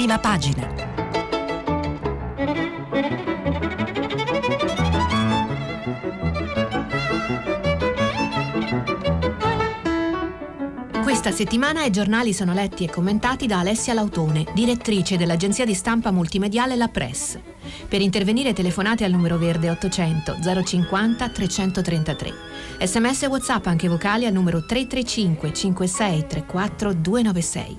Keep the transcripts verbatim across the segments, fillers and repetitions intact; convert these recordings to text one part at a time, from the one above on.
Prima pagina. Questa settimana i giornali sono letti e commentati da Alessia Lautone, direttrice dell'agenzia di stampa multimediale La Press. Per intervenire telefonate al numero verde ottocento zero cinquanta trecentotrentatré. Sms e WhatsApp anche vocali al numero tre tre cinque cinque sei tre quattro due nove sei.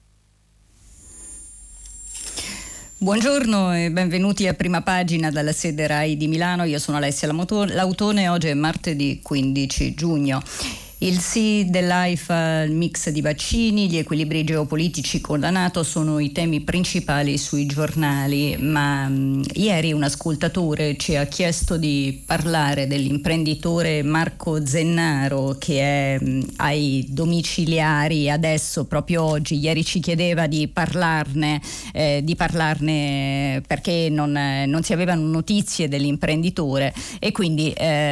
Buongiorno e benvenuti a Prima Pagina dalla sede RAI di Milano. Io sono Alessia Lautone e oggi è martedì quindici giugno. Il sì dell'AIFA al mix di vaccini, gli equilibri geopolitici con la NATO sono i temi principali sui giornali, ma mh, ieri un ascoltatore ci ha chiesto di parlare dell'imprenditore Marco Zennaro che è mh, ai domiciliari adesso, proprio oggi. Ieri ci chiedeva di parlarne, eh, di parlarne perché non, non si avevano notizie dell'imprenditore e quindi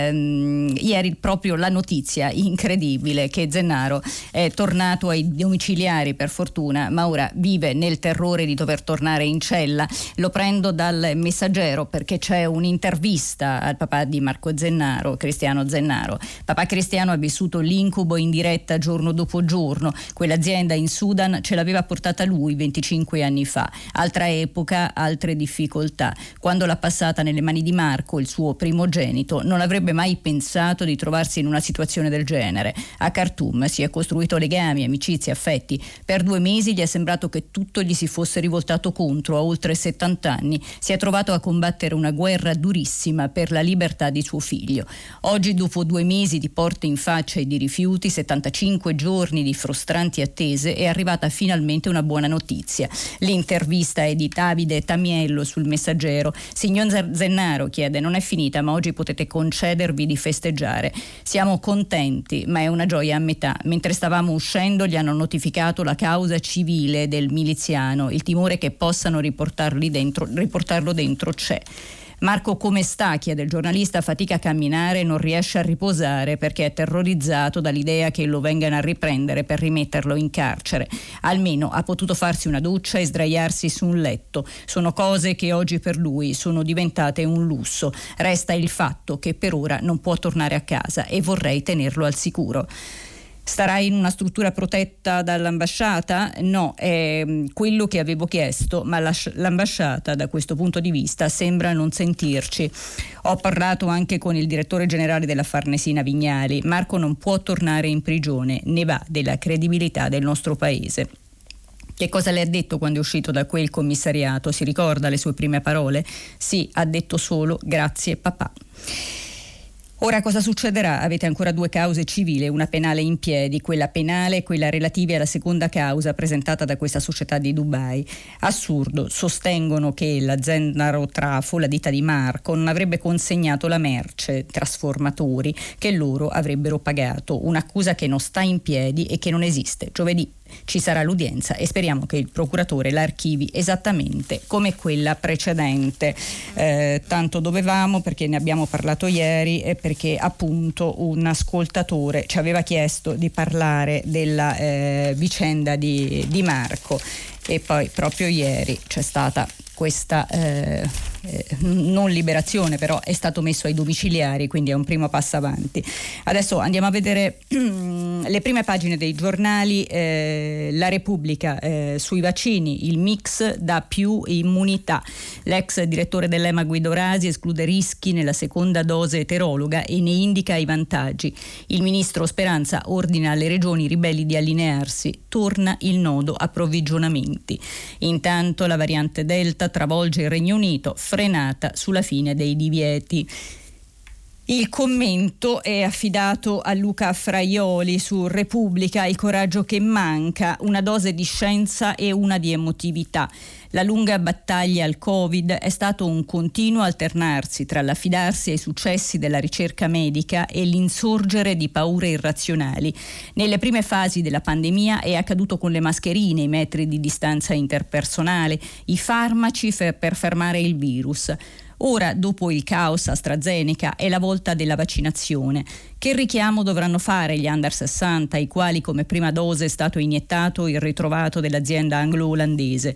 ehm, ieri proprio la notizia incredibile che Zennaro è tornato ai domiciliari per fortuna, ma ora vive nel terrore di dover tornare in cella. Lo prendo dal Messaggero perché c'è un'intervista al papà di Marco Zennaro, Cristiano Zennaro. Papà Cristiano ha vissuto l'incubo in diretta giorno dopo giorno. Quell'azienda in Sudan ce l'aveva portata lui venticinque anni fa. Altra epoca, altre difficoltà. Quando l'ha passata nelle mani di Marco, il suo primogenito, non avrebbe mai pensato di trovarsi in una situazione del genere. A Khartoum si è costruito legami, amicizie, affetti. Per due mesi gli è sembrato che tutto gli si fosse rivoltato contro. A oltre settanta anni si è trovato a combattere una guerra durissima per la libertà di suo figlio. Oggi, dopo due mesi di porte in faccia e di rifiuti, settantacinque giorni di frustranti attese, è arrivata finalmente una buona notizia. L'intervista è di Davide Tamiello sul Messaggero. Signor Zennaro, chiede, non è finita, ma oggi potete concedervi di festeggiare. Siamo contenti, ma è una gioia a metà. Mentre stavamo uscendo gli hanno notificato la causa civile del miliziano. Il timore che possano riportarli dentro, riportarlo dentro c'è. Marco come sta? Chiede il giornalista. Fatica a camminare, non riesce a riposare perché è terrorizzato dall'idea che lo vengano a riprendere per rimetterlo in carcere. Almeno ha potuto farsi una doccia e sdraiarsi su un letto. Sono cose che oggi per lui sono diventate un lusso. Resta il fatto che per ora non può tornare a casa e vorrei tenerlo al sicuro. Starà in una struttura protetta dall'ambasciata? No, è quello che avevo chiesto, ma l'ambasciata da questo punto di vista sembra non sentirci. Ho parlato anche con il direttore generale della Farnesina Vignali. Marco non può tornare in prigione, ne va della credibilità del nostro paese. Che cosa le ha detto quando è uscito da quel commissariato? Si ricorda le sue prime parole? Sì, ha detto solo grazie papà. Ora cosa succederà? Avete ancora due cause civili e una penale in piedi, quella penale e quella relativa alla seconda causa presentata da questa società di Dubai. Assurdo, sostengono che la Zennaro Trafo, la ditta di Marco, non avrebbe consegnato la merce, trasformatori, che loro avrebbero pagato, un'accusa che non sta in piedi e che non esiste. Giovedì ci sarà l'udienza e speriamo che il procuratore la archivi esattamente come quella precedente. Eh, tanto dovevamo, perché ne abbiamo parlato ieri e perché appunto un ascoltatore ci aveva chiesto di parlare della eh, vicenda di, di Marco e poi proprio ieri c'è stata questa eh, eh, non liberazione, però è stato messo ai domiciliari, quindi è un primo passo avanti. Adesso andiamo a vedere le prime pagine dei giornali. eh, La Repubblica eh, sui vaccini, il mix dà più immunità. L'ex direttore dell'EMA Guido Rasi esclude rischi nella seconda dose eterologa e ne indica i vantaggi. Il ministro Speranza ordina alle regioni ribelli di allinearsi, torna il nodo approvvigionamenti. Intanto la variante Delta travolge il Regno Unito, frenata sulla fine dei divieti. Il commento è affidato a Luca Fraioli su Repubblica. Il coraggio che manca, una dose di scienza e una di emotività. La lunga battaglia al Covid è stato un continuo alternarsi tra l'affidarsi ai successi della ricerca medica e l'insorgere di paure irrazionali. Nelle prime fasi della pandemia è accaduto con le mascherine, i metri di distanza interpersonale, i farmaci per fermare il virus. Ora, dopo il caos AstraZeneca, è la volta della vaccinazione. Che richiamo dovranno fare gli under sessanta, ai quali come prima dose è stato iniettato il ritrovato dell'azienda anglo-olandese?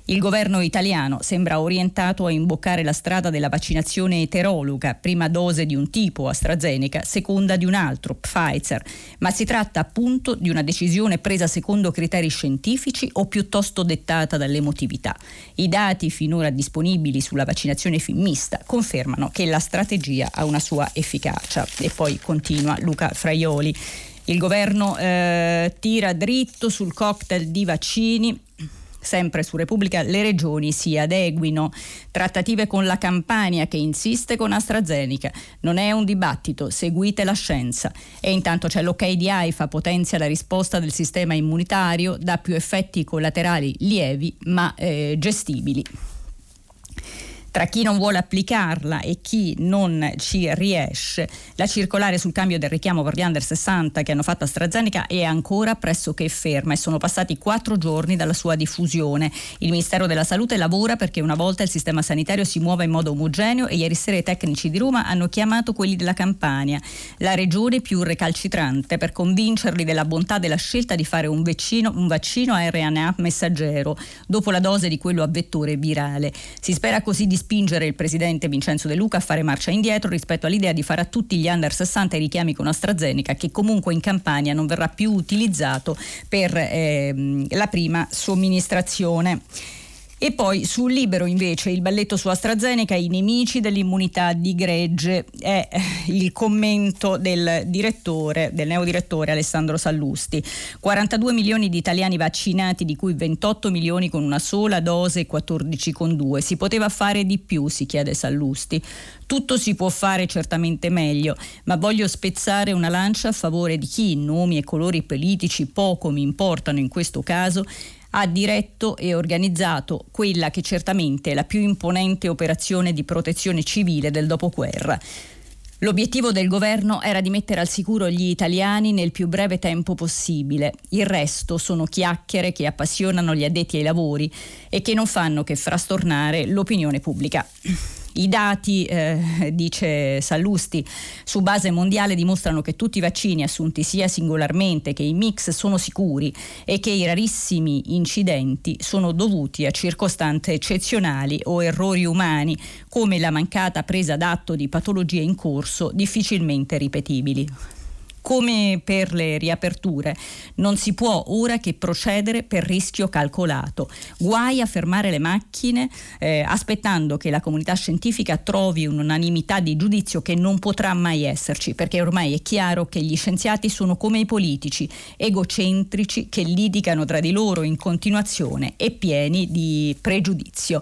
Il governo italiano sembra orientato a imboccare la strada della vaccinazione eterologa, prima dose di un tipo AstraZeneca, seconda di un altro Pfizer, ma si tratta appunto di una decisione presa secondo criteri scientifici o piuttosto dettata dall'emotività. I dati finora disponibili sulla vaccinazione mista confermano che la strategia ha una sua efficacia. E poi continua Luca Fraioli. Il governo eh, tira dritto sul cocktail di vaccini. Sempre su Repubblica, le regioni si adeguino. Trattative con la Campania che insiste con AstraZeneca. Non è un dibattito, seguite la scienza. E intanto c'è l'ok di AIFA, potenzia la risposta del sistema immunitario, dà più effetti collaterali lievi ma eh, gestibili. Tra chi non vuole applicarla e chi non ci riesce, la circolare sul cambio del richiamo per gli under sessanta che hanno fatto AstraZeneca è ancora pressoché ferma e sono passati quattro giorni dalla sua diffusione. Il Ministero della Salute lavora perché una volta il sistema sanitario si muova in modo omogeneo e ieri sera i tecnici di Roma hanno chiamato quelli della Campania, la regione più recalcitrante, per convincerli della bontà della scelta di fare un vaccino, un vaccino a R N A messaggero dopo la dose di quello a vettore virale. Si spera così di spingere il presidente Vincenzo De Luca a fare marcia indietro rispetto all'idea di fare a tutti gli under sessanta i richiami con AstraZeneca, che comunque in Campania non verrà più utilizzato per eh, la prima somministrazione. E poi sul Libero invece il balletto su AstraZeneca, i nemici dell'immunità di gregge, è il commento del direttore, del neodirettore Alessandro Sallusti. quarantadue milioni di italiani vaccinati, di cui ventotto milioni con una sola dose e quattordici con due. Si poteva fare di più, si chiede Sallusti. Tutto si può fare certamente meglio, ma voglio spezzare una lancia a favore di chi, nomi e colori politici poco mi importano in questo caso, ha diretto e organizzato quella che certamente è la più imponente operazione di protezione civile del dopoguerra. L'obiettivo del governo era di mettere al sicuro gli italiani nel più breve tempo possibile. Il resto sono chiacchiere che appassionano gli addetti ai lavori e che non fanno che frastornare l'opinione pubblica. I dati, eh, dice Sallusti, su base mondiale dimostrano che tutti i vaccini assunti sia singolarmente che i mix sono sicuri e che i rarissimi incidenti sono dovuti a circostanze eccezionali o errori umani, come la mancata presa d'atto di patologie in corso difficilmente ripetibili. Come per le riaperture, non si può ora che procedere per rischio calcolato. Guai a fermare le macchine eh, aspettando che la comunità scientifica trovi un'unanimità di giudizio che non potrà mai esserci, perché ormai è chiaro che gli scienziati sono come i politici, egocentrici che litigano tra di loro in continuazione e pieni di pregiudizio.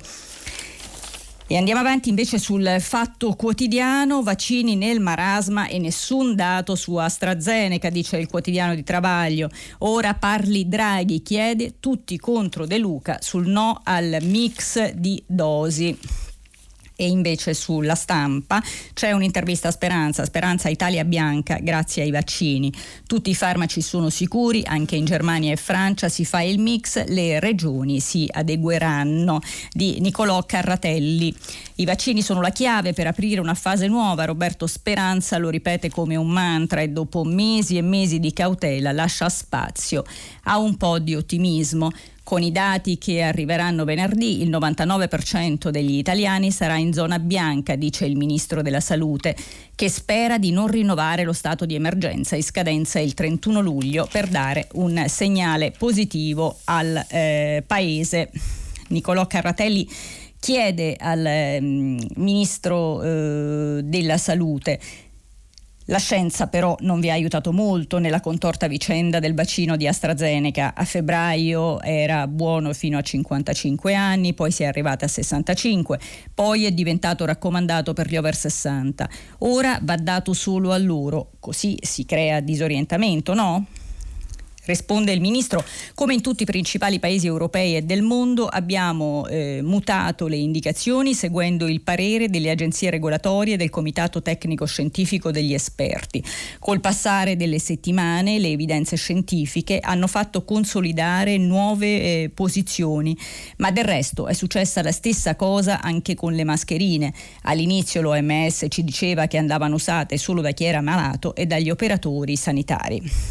E andiamo avanti invece sul Fatto Quotidiano, vaccini nel marasma e nessun dato su AstraZeneca, dice il quotidiano di Travaglio. Ora parli Draghi, chiede tutti contro De Luca sul no al mix di dosi. E invece sulla Stampa c'è un'intervista a Speranza, Speranza Italia bianca grazie ai vaccini. Tutti i farmaci sono sicuri, anche in Germania e Francia si fa il mix, le regioni si adegueranno, di Nicolò Carratelli. I vaccini sono la chiave per aprire una fase nuova, Roberto Speranza lo ripete come un mantra e dopo mesi e mesi di cautela lascia spazio a un po' di ottimismo. Con i dati che arriveranno venerdì, il novantanove per cento degli italiani sarà in zona bianca, dice il ministro della Salute, che spera di non rinnovare lo stato di emergenza in scadenza il trentuno luglio per dare un segnale positivo al eh, Paese. Nicolò Carratelli chiede al eh, ministro eh, della Salute: la scienza però non vi ha aiutato molto nella contorta vicenda del vaccino di AstraZeneca. A febbraio era buono fino a cinquantacinque anni, poi si è arrivati a sessantacinque, poi è diventato raccomandato per gli over sessanta. Ora va dato solo a loro, così si crea disorientamento, no? Risponde il ministro: come in tutti i principali paesi europei e del mondo abbiamo eh, mutato le indicazioni seguendo il parere delle agenzie regolatorie e del comitato tecnico scientifico degli esperti. Col passare delle settimane le evidenze scientifiche hanno fatto consolidare nuove eh, posizioni, ma del resto è successa la stessa cosa anche con le mascherine. All'inizio l'O M S ci diceva che andavano usate solo da chi era malato e dagli operatori sanitari.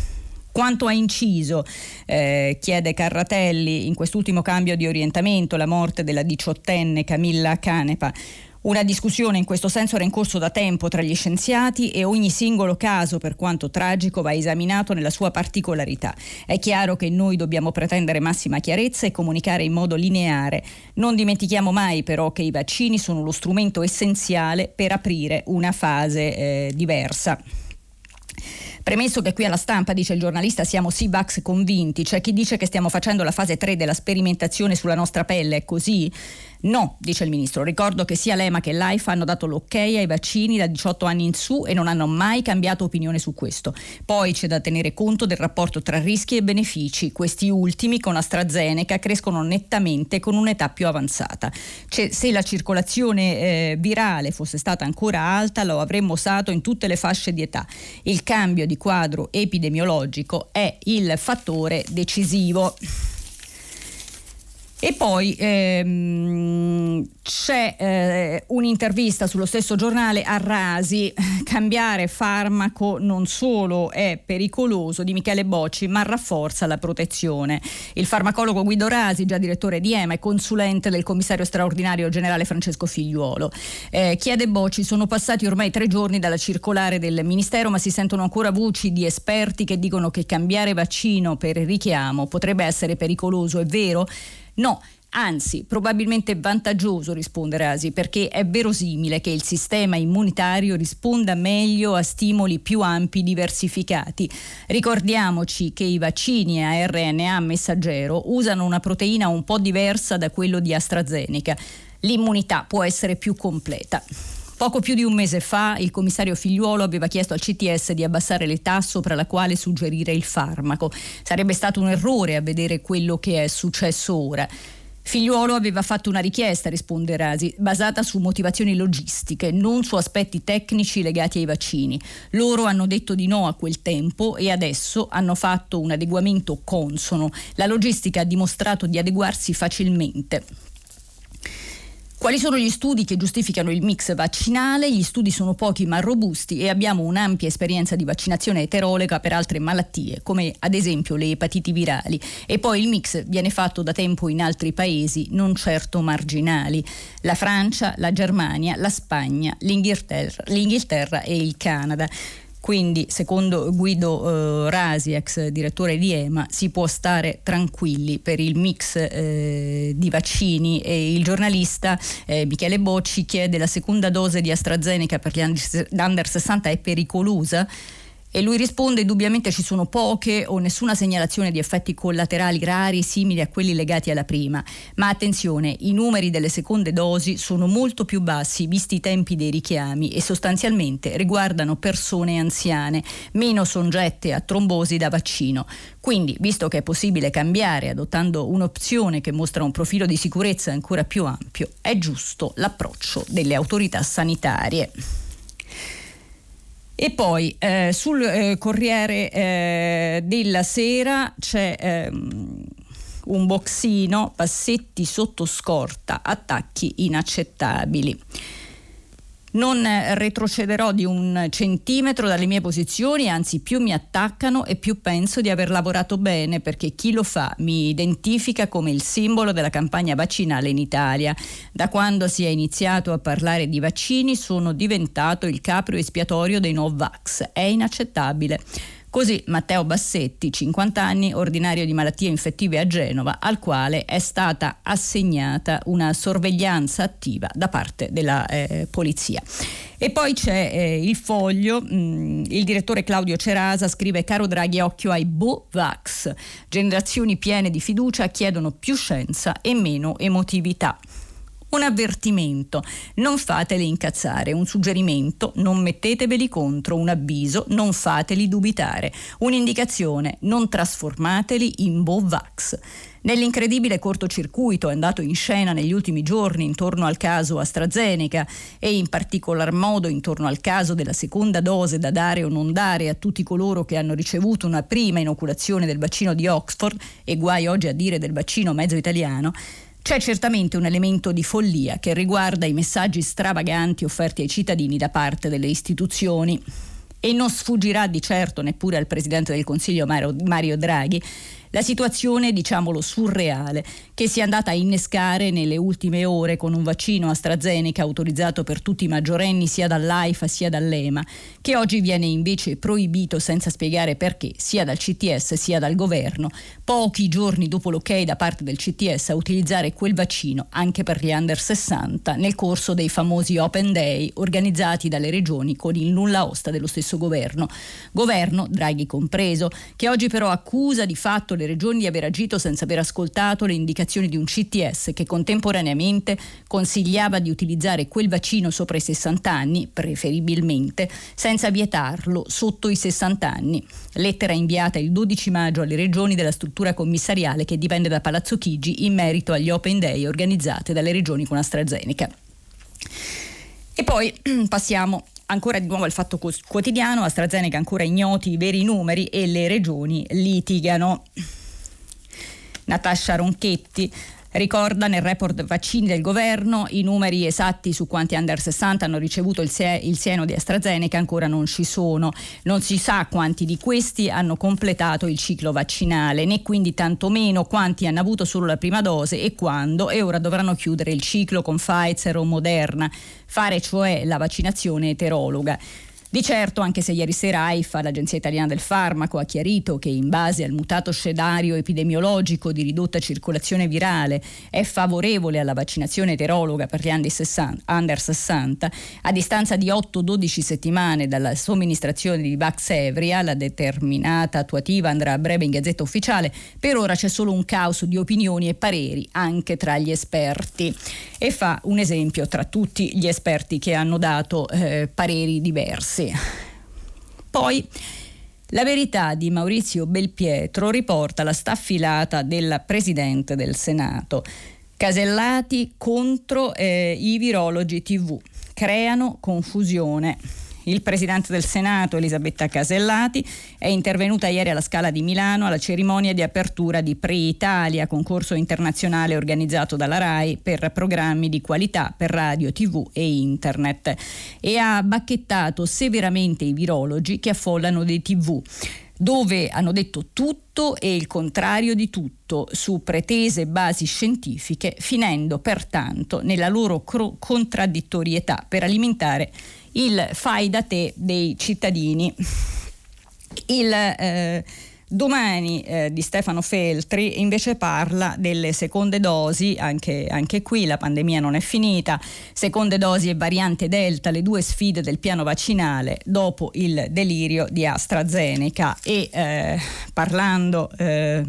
Quanto ha inciso, eh, chiede Carratelli, in quest'ultimo cambio di orientamento la morte della diciottenne Camilla Canepa? Una discussione in questo senso era in corso da tempo tra gli scienziati e ogni singolo caso, per quanto tragico, va esaminato nella sua particolarità. È chiaro che noi dobbiamo pretendere massima chiarezza e comunicare in modo lineare. Non dimentichiamo mai però che i vaccini sono lo strumento essenziale per aprire una fase eh, diversa. Premesso che qui alla Stampa, dice il giornalista, siamo sì vax convinti, c'è chi dice che stiamo facendo la fase tre della sperimentazione sulla nostra pelle, è così? No, dice il ministro, ricordo che sia l'E M A che l'AIFA hanno dato l'ok ai vaccini da diciotto anni in su e non hanno mai cambiato opinione su questo. Poi c'è da tenere conto del rapporto tra rischi e benefici, questi ultimi con AstraZeneca crescono nettamente con un'età più avanzata. Cioè, se la circolazione eh, virale fosse stata ancora alta lo avremmo usato in tutte le fasce di età. Il cambio di quadro epidemiologico è il fattore decisivo. E poi ehm, c'è eh, un'intervista sullo stesso giornale a Rasi, cambiare farmaco non solo è pericoloso, di Michele Bocci, ma rafforza la protezione. Il farmacologo Guido Rasi, già direttore di E M A e consulente del commissario straordinario generale Francesco Figliuolo. Eh, chiede Bocci, sono passati ormai tre giorni dalla circolare del Ministero, ma si sentono ancora voci di esperti che dicono che cambiare vaccino per richiamo potrebbe essere pericoloso, è vero? No, anzi, probabilmente vantaggioso, risponde Rasi, perché è verosimile che il sistema immunitario risponda meglio a stimoli più ampi, diversificati. Ricordiamoci che i vaccini a R N A messaggero usano una proteina un po' diversa da quello di AstraZeneca. L'immunità può essere più completa. Poco più di un mese fa il commissario Figliuolo aveva chiesto al C T S di abbassare l'età sopra la quale suggerire il farmaco. Sarebbe stato un errore a vedere quello che è successo ora. Figliuolo aveva fatto una richiesta, risponde Rasi, basata su motivazioni logistiche, non su aspetti tecnici legati ai vaccini. Loro hanno detto di no a quel tempo e adesso hanno fatto un adeguamento consono. La logistica ha dimostrato di adeguarsi facilmente. Quali sono gli studi che giustificano il mix vaccinale? Gli studi sono pochi ma robusti e abbiamo un'ampia esperienza di vaccinazione eterologa per altre malattie, come ad esempio le epatiti virali. E poi il mix viene fatto da tempo in altri paesi, non certo marginali. La Francia, la Germania, la Spagna, l'Inghilterra, l'Inghilterra e il Canada. Quindi, secondo Guido eh, Rasi, ex direttore di E M A, si può stare tranquilli per il mix eh, di vaccini. E il giornalista eh, Michele Bocci chiede: la seconda dose di AstraZeneca per gli under sessanta è pericolosa? E lui risponde: indubbiamente ci sono poche o nessuna segnalazione di effetti collaterali rari simili a quelli legati alla prima, ma attenzione, i numeri delle seconde dosi sono molto più bassi visti i tempi dei richiami e sostanzialmente riguardano persone anziane, meno soggette a trombosi da vaccino. Quindi, visto che è possibile cambiare adottando un'opzione che mostra un profilo di sicurezza ancora più ampio, è giusto l'approccio delle autorità sanitarie. E poi eh, sul eh, Corriere eh, della Sera c'è ehm, un boxino, Bassetti sotto scorta, attacchi inaccettabili. Non retrocederò di un centimetro dalle mie posizioni, anzi più mi attaccano e più penso di aver lavorato bene, perché chi lo fa mi identifica come il simbolo della campagna vaccinale in Italia. Da quando si è iniziato a parlare di vaccini sono diventato il capro espiatorio dei no-vax. È inaccettabile. Così Matteo Bassetti, cinquanta anni, ordinario di malattie infettive a Genova, al quale è stata assegnata una sorveglianza attiva da parte della eh, polizia. E poi c'è eh, il Foglio, mh, il direttore Claudio Cerasa scrive: caro Draghi, occhio ai Bovax, generazioni piene di fiducia chiedono più scienza e meno emotività. Un avvertimento: non fateli incazzare. Un suggerimento: non metteteveli contro. Un avviso: non fateli dubitare. Un'indicazione: non trasformateli in Bovax. Nell'incredibile cortocircuito andato in scena negli ultimi giorni intorno al caso AstraZeneca e in particolar modo intorno al caso della seconda dose da dare o non dare a tutti coloro che hanno ricevuto una prima inoculazione del vaccino di Oxford, e guai oggi a dire del vaccino mezzo italiano, c'è certamente un elemento di follia che riguarda i messaggi stravaganti offerti ai cittadini da parte delle istituzioni. E non sfuggirà di certo neppure al Presidente del Consiglio Mario Draghi la situazione, diciamolo, surreale che si è andata a innescare nelle ultime ore con un vaccino AstraZeneca autorizzato per tutti i maggiorenni sia dall'AIFA sia dall'E M A, che oggi viene invece proibito senza spiegare perché sia dal C T S sia dal governo, pochi giorni dopo l'ok da parte del C T S a utilizzare quel vaccino anche per gli under sessanta nel corso dei famosi Open Day organizzati dalle regioni con il nulla osta dello stesso governo. Governo, Draghi compreso, che oggi però accusa di fatto le regioni di aver agito senza aver ascoltato le indicazioni di un C T S che contemporaneamente consigliava di utilizzare quel vaccino sopra i sessanta anni, preferibilmente, senza vietarlo sotto i sessanta anni. Lettera inviata il dodici maggio alle regioni della struttura commissariale che dipende da Palazzo Chigi in merito agli Open Day organizzate dalle regioni con AstraZeneca. E poi passiamo ancora di nuovo al Fatto Quotidiano. AstraZeneca ancora ignoti i veri numeri e le regioni litigano. Natascia Ronchetti ricorda nel report vaccini del governo i numeri esatti su quanti under sessanta hanno ricevuto il, sie- il sieno di AstraZeneca ancora non ci sono. Non si sa quanti di questi hanno completato il ciclo vaccinale, né quindi tantomeno quanti hanno avuto solo la prima dose e quando, e ora dovranno chiudere il ciclo con Pfizer o Moderna, fare cioè la vaccinazione eterologa. Di certo, anche se ieri sera AIFA, l'Agenzia Italiana del Farmaco, ha chiarito che in base al mutato scenario epidemiologico di ridotta circolazione virale è favorevole alla vaccinazione eterologa per gli under sessanta, a distanza di otto dodici settimane dalla somministrazione di Vaxzevria, la determinata attuativa andrà a breve in Gazzetta Ufficiale, per ora c'è solo un caos di opinioni e pareri anche tra gli esperti. E fa un esempio tra tutti gli esperti che hanno dato eh, pareri diversi. Poi La Verità di Maurizio Belpietro riporta la staffilata del Presidente del Senato. Casellati contro eh, i virologi tivù, creano confusione. Il Presidente del Senato, Elisabetta Casellati, è intervenuta ieri alla Scala di Milano alla cerimonia di apertura di Pre-Italia, concorso internazionale organizzato dalla RAI per programmi di qualità per radio, tivù e internet, e ha bacchettato severamente i virologi che affollano dei tivù, dove hanno detto tutto e il contrario di tutto su pretese basi scientifiche, finendo pertanto nella loro cro- contraddittorietà per alimentare il fai da te dei cittadini. Il eh, Domani eh, di Stefano Feltri invece parla delle seconde dosi, anche, anche qui la pandemia non è finita, seconde dosi e variante Delta, le due sfide del piano vaccinale dopo il delirio di AstraZeneca, e eh, parlando eh,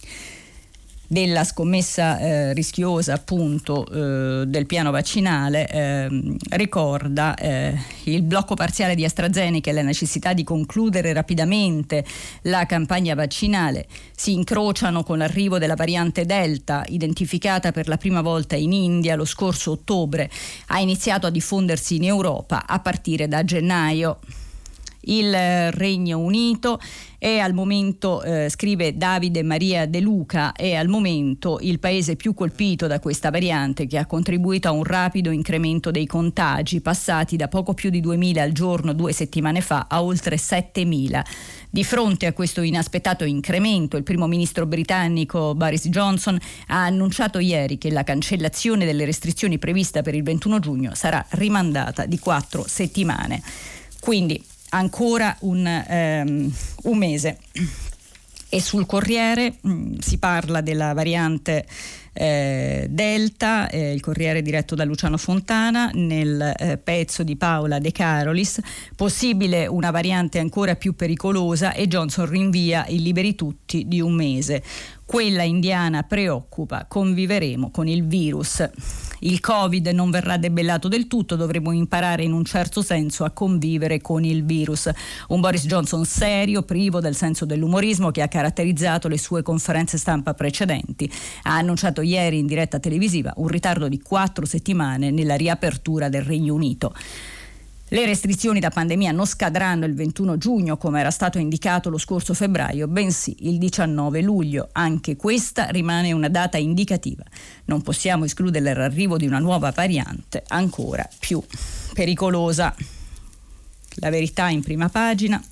della scommessa eh, rischiosa appunto eh, del piano vaccinale, eh, ricorda eh, il blocco parziale di AstraZeneca e la necessità di concludere rapidamente la campagna vaccinale si incrociano con l'arrivo della variante Delta, identificata per la prima volta in India lo scorso ottobre, ha iniziato a diffondersi in Europa a partire da gennaio. Il Regno Unito è al momento, eh, scrive Davide Maria De Luca, è al momento il paese più colpito da questa variante, che ha contribuito a un rapido incremento dei contagi, passati da poco più di duemila al giorno due settimane fa a oltre settemila. Di fronte a questo inaspettato incremento, il primo ministro britannico Boris Johnson ha annunciato ieri che la cancellazione delle restrizioni prevista per il ventuno giugno sarà rimandata di quattro settimane. Quindi ancora un, um, un mese. E sul Corriere mh, si parla della variante eh, Delta, eh, il Corriere diretto da Luciano Fontana, nel eh, pezzo di Paola De Carolis, possibile una variante ancora più pericolosa e Johnson rinvia il liberi tutti di un mese. Quella indiana preoccupa, conviveremo con il virus. Il Covid non verrà debellato del tutto, dovremo imparare in un certo senso a convivere con il virus. Un Boris Johnson serio, privo del senso dell'umorismo che ha caratterizzato le sue conferenze stampa precedenti. Ha annunciato ieri in diretta televisiva un ritardo di quattro settimane nella riapertura del Regno Unito. Le restrizioni da pandemia non scadranno il ventuno giugno come era stato indicato lo scorso febbraio, bensì il diciannove luglio. Anche questa rimane una data indicativa. Non possiamo escludere l'arrivo di una nuova variante ancora più pericolosa. La Verità in prima pagina.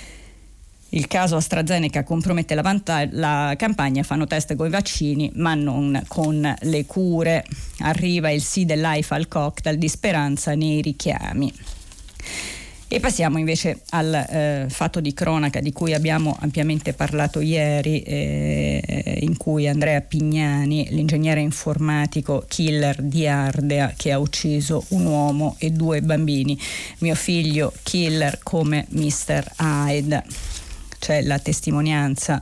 Il caso AstraZeneca compromette la, vanta- la campagna, fanno test con i vaccini ma non con le cure. Arriva il sì dell'AIFA al cocktail di Speranza nei richiami. E passiamo invece al eh, fatto di cronaca di cui abbiamo ampiamente parlato ieri, eh, in cui Andrea Pignani, l'ingegnere informatico killer di Ardea che ha ucciso un uomo e due bambini. Mio figlio killer come mister Hyde. C'è la testimonianza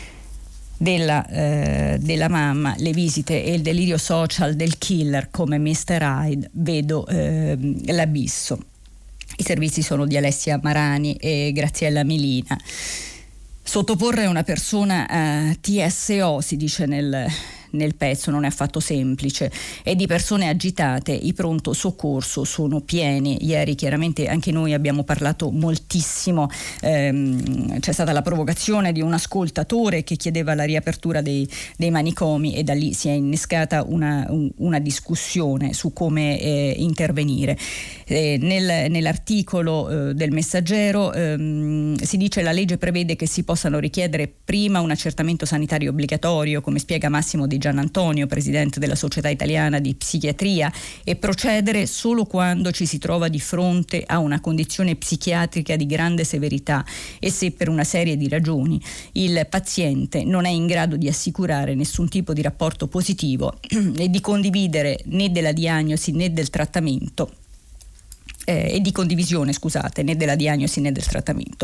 della, eh, della mamma, le visite e il delirio social del killer come mister Hyde. Vedo eh, l'abisso. I servizi sono di Alessia Marani e Graziella Milina. Sottoporre una persona a T S O, si dice nel, nel pezzo, non è affatto semplice, e di persone agitate i pronto soccorso sono pieni. Ieri chiaramente anche noi abbiamo parlato moltissimo, ehm, c'è stata la provocazione di un ascoltatore che chiedeva la riapertura dei, dei manicomi e da lì si è innescata una, un, una discussione su come eh, intervenire. Eh, nel, nell'articolo eh, del Messaggero ehm, si dice: la legge prevede che si possano richiedere prima un accertamento sanitario obbligatorio, come spiega Massimo Di Giannantonio, presidente della Società Italiana di Psichiatria, e procedere solo quando ci si trova di fronte a una condizione psichiatrica di grande severità e se per una serie di ragioni il paziente non è in grado di assicurare nessun tipo di rapporto positivo e di condividere né della diagnosi né del trattamento eh, e di condivisione, scusate, né della diagnosi né del trattamento.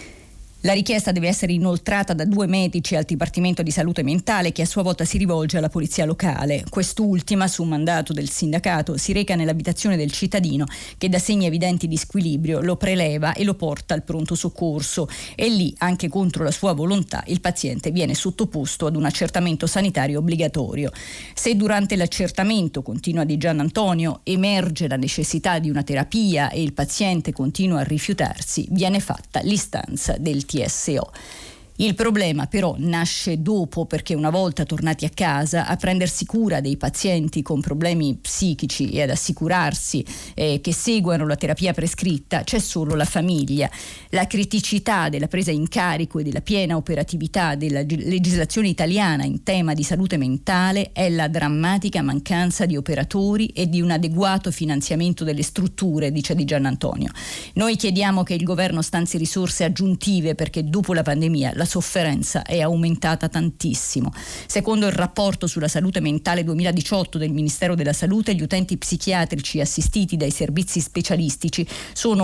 La richiesta deve essere inoltrata da due medici al Dipartimento di Salute Mentale, che a sua volta si rivolge alla polizia locale. Quest'ultima, su mandato del sindacato, si reca nell'abitazione del cittadino che da segni evidenti di squilibrio lo preleva e lo porta al pronto soccorso, e lì, anche contro la sua volontà, il paziente viene sottoposto ad un accertamento sanitario obbligatorio. Se durante l'accertamento, continua Di Giannantonio, emerge la necessità di una terapia e il paziente continua a rifiutarsi, viene fatta l'istanza del T S O. Il problema però nasce dopo, perché una volta tornati a casa a prendersi cura dei pazienti con problemi psichici e ad assicurarsi eh, che seguano la terapia prescritta c'è solo la famiglia. La criticità della presa in carico e della piena operatività della legislazione italiana in tema di salute mentale è la drammatica mancanza di operatori e di un adeguato finanziamento delle strutture, dice Di Giannantonio. Noi chiediamo che il governo stanzi risorse aggiuntive perché dopo la pandemia la sofferenza è aumentata tantissimo. Secondo il rapporto sulla salute mentale duemiladiciotto del Ministero della Salute, gli utenti psichiatrici assistiti dai servizi specialistici sono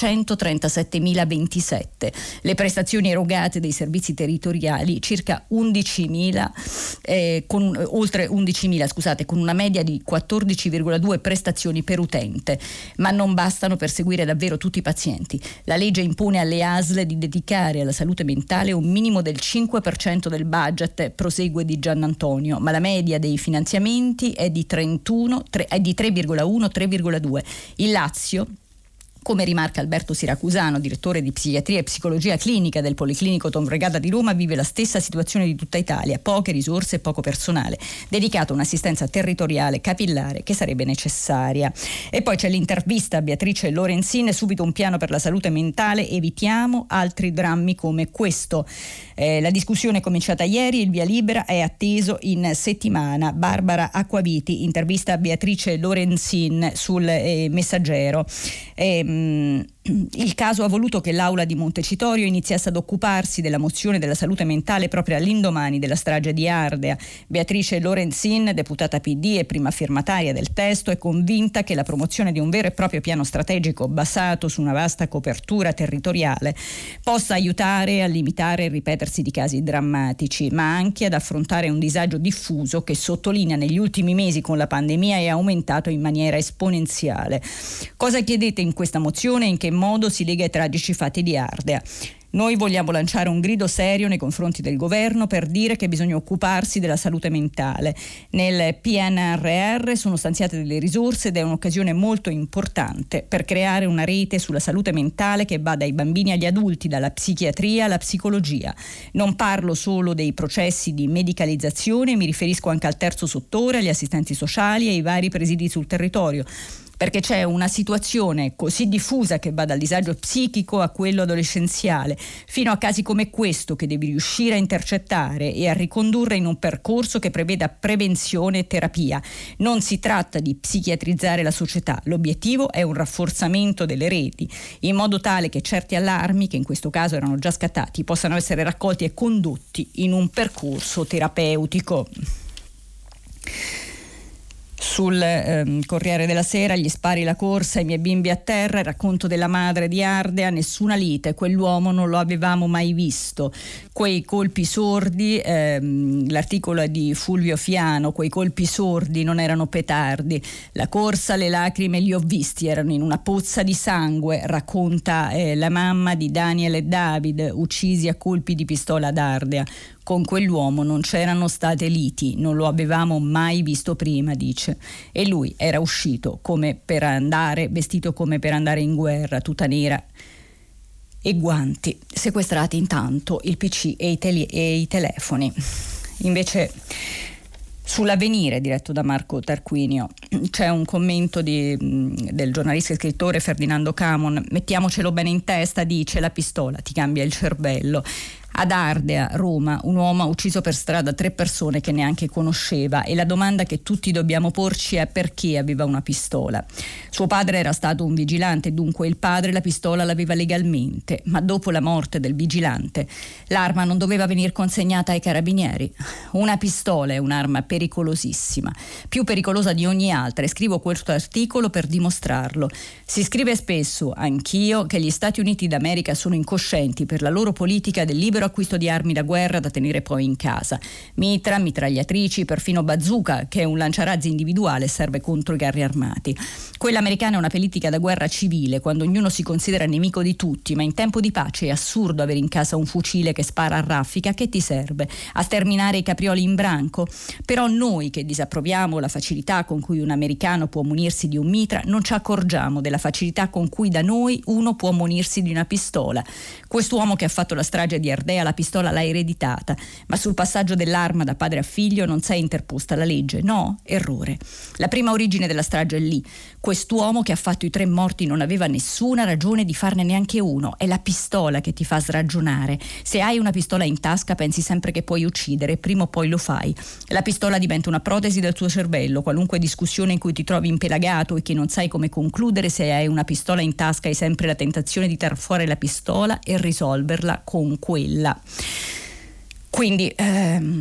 ottocentotrentasette.027. Le prestazioni erogate dai servizi territoriali circa undicimila, eh, con, oltre undicimila, scusate, con una media di quattordici virgola due prestazioni per utente, ma non bastano per seguire davvero tutti i pazienti. La legge impone alle A S L di dedicare alla salute mentale un minimo del cinque per cento del budget, prosegue Di Giannantonio, ma la media dei finanziamenti è di trentuno, tre, è di tre virgola uno tre virgola due. Il Lazio, come rimarca Alberto Siracusano, direttore di psichiatria e psicologia clinica del Policlinico Tom Vergata di Roma, vive la stessa situazione di tutta Italia: poche risorse e poco personale dedicato a un'assistenza territoriale capillare che sarebbe necessaria. E poi c'è l'intervista a Beatrice Lorenzin: subito un piano per la salute mentale, evitiamo altri drammi come questo. Eh, la discussione è cominciata ieri, il via libera è atteso in settimana. Barbara Acquaviti, intervista a Beatrice Lorenzin sul eh, Messaggero. Eh, Il caso ha voluto che l'Aula di Montecitorio iniziasse ad occuparsi della mozione della salute mentale proprio all'indomani della strage di Ardea. Beatrice Lorenzin, deputata P D e prima firmataria del testo, è convinta che la promozione di un vero e proprio piano strategico basato su una vasta copertura territoriale possa aiutare a limitare il ripetersi di casi drammatici, ma anche ad affrontare un disagio diffuso che, sottolinea, negli ultimi mesi con la pandemia è aumentato in maniera esponenziale. Cosa chiedete in questa mozione e in che modo si lega ai tragici fatti di Ardea? Noi vogliamo lanciare un grido serio nei confronti del governo per dire che bisogna occuparsi della salute mentale. Nel P N R R sono stanziate delle risorse ed è un'occasione molto importante per creare una rete sulla salute mentale che va dai bambini agli adulti, dalla psichiatria alla psicologia. Non parlo solo dei processi di medicalizzazione, mi riferisco anche al terzo settore, agli assistenti sociali e ai vari presidi sul territorio. perché c'è una situazione così diffusa che va dal disagio psichico a quello adolescenziale, fino a casi come questo che devi riuscire a intercettare e a ricondurre in un percorso che preveda prevenzione e terapia. Non si tratta di psichiatrizzare la società, l'obiettivo è un rafforzamento delle reti, in modo tale che certi allarmi, che in questo caso erano già scattati, possano essere raccolti e condotti in un percorso terapeutico. Sul ehm, Corriere della Sera, gli spari, la corsa, i miei bimbi a terra, il racconto della madre di Ardea, nessuna lite, quell'uomo non lo avevamo mai visto, quei colpi sordi, ehm, l'articolo è di Fulvio Fiano, quei colpi sordi non erano petardi, la corsa, le lacrime li ho visti, erano in una pozza di sangue, racconta eh, la mamma di Daniel e David, uccisi a colpi di pistola ad Ardea. Con quell'uomo non c'erano state liti, non lo avevamo mai visto prima, dice. E lui era uscito come per andare, vestito come per andare in guerra, tuta nera e guanti. Sequestrati intanto il P C e i, tele- e i telefoni. Invece sull'Avvenire, diretto da Marco Tarquinio, c'è un commento di, del giornalista e scrittore Ferdinando Camon. Mettiamocelo bene in testa, dice: la pistola ti cambia il cervello. Ad Ardea, Roma, un uomo ha ucciso per strada tre persone che neanche conosceva, e la domanda che tutti dobbiamo porci è: perché aveva una pistola? Suo padre era stato un vigilante, dunque il padre la pistola l'aveva legalmente, ma dopo la morte del vigilante l'arma non doveva venire consegnata ai carabinieri. Una pistola è un'arma pericolosissima, più pericolosa di ogni altra, e scrivo questo articolo per dimostrarlo. Si scrive spesso, anch'io, che gli Stati Uniti d'America sono incoscienti per la loro politica del libero acquisto di armi da guerra da tenere poi in casa. Mitra, mitragliatrici, perfino bazooka, che è un lanciarazzi individuale, serve contro i carri armati. Quella americana è una politica da guerra civile, quando ognuno si considera nemico di tutti, ma in tempo di pace è assurdo avere in casa un fucile che spara a raffica. Che ti serve? A sterminare i caprioli in branco? Però noi, che disapproviamo la facilità con cui un americano può munirsi di un mitra, non ci accorgiamo della facilità con cui da noi uno può munirsi di una pistola. Quest'uomo che ha fatto la strage di Ardea la pistola l'ha ereditata, ma sul passaggio dell'arma da padre a figlio non si è interposta la legge. No, errore. La prima origine della strage è lì. Quest'uomo che ha fatto i tre morti non aveva nessuna ragione di farne neanche uno. È la pistola che ti fa sragionare. Se hai una pistola in tasca pensi sempre che puoi uccidere, prima o poi lo fai. La pistola diventa una protesi del tuo cervello. Qualunque discussione in cui ti trovi impelagato e che non sai come concludere, se hai una pistola in tasca hai sempre la tentazione di tar fuori la pistola e risolverla con quella. Quindi ehm,